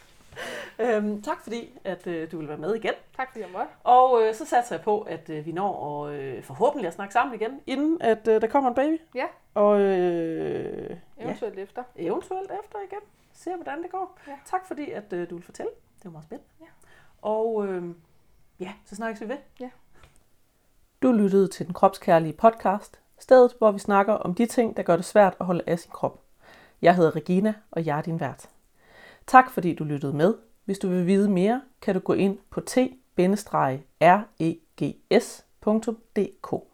Øhm, tak fordi, at øh, du vil være med igen. Tak fordi jeg måtte. Og øh, så satser jeg på, at øh, vi når og, øh, forhåbentlig at snakke sammen igen, inden at øh, der kommer en baby. Ja. Og øh, eventuelt ja. efter. Eventuelt efter igen. Se hvordan det går. Ja. Tak fordi, at øh, du vil fortælle. Det var meget spændende. Ja. Og øh, ja, så snakkes vi ved. Ja. Du lyttede til Den Kropskærlige Podcast, stedet hvor vi snakker om de ting, der gør det svært at holde af sin krop. Jeg hedder Regina, og jeg er din vært. Tak fordi du lyttede med. Hvis du vil vide mere, kan du gå ind på t bindestreg regs punktum d k.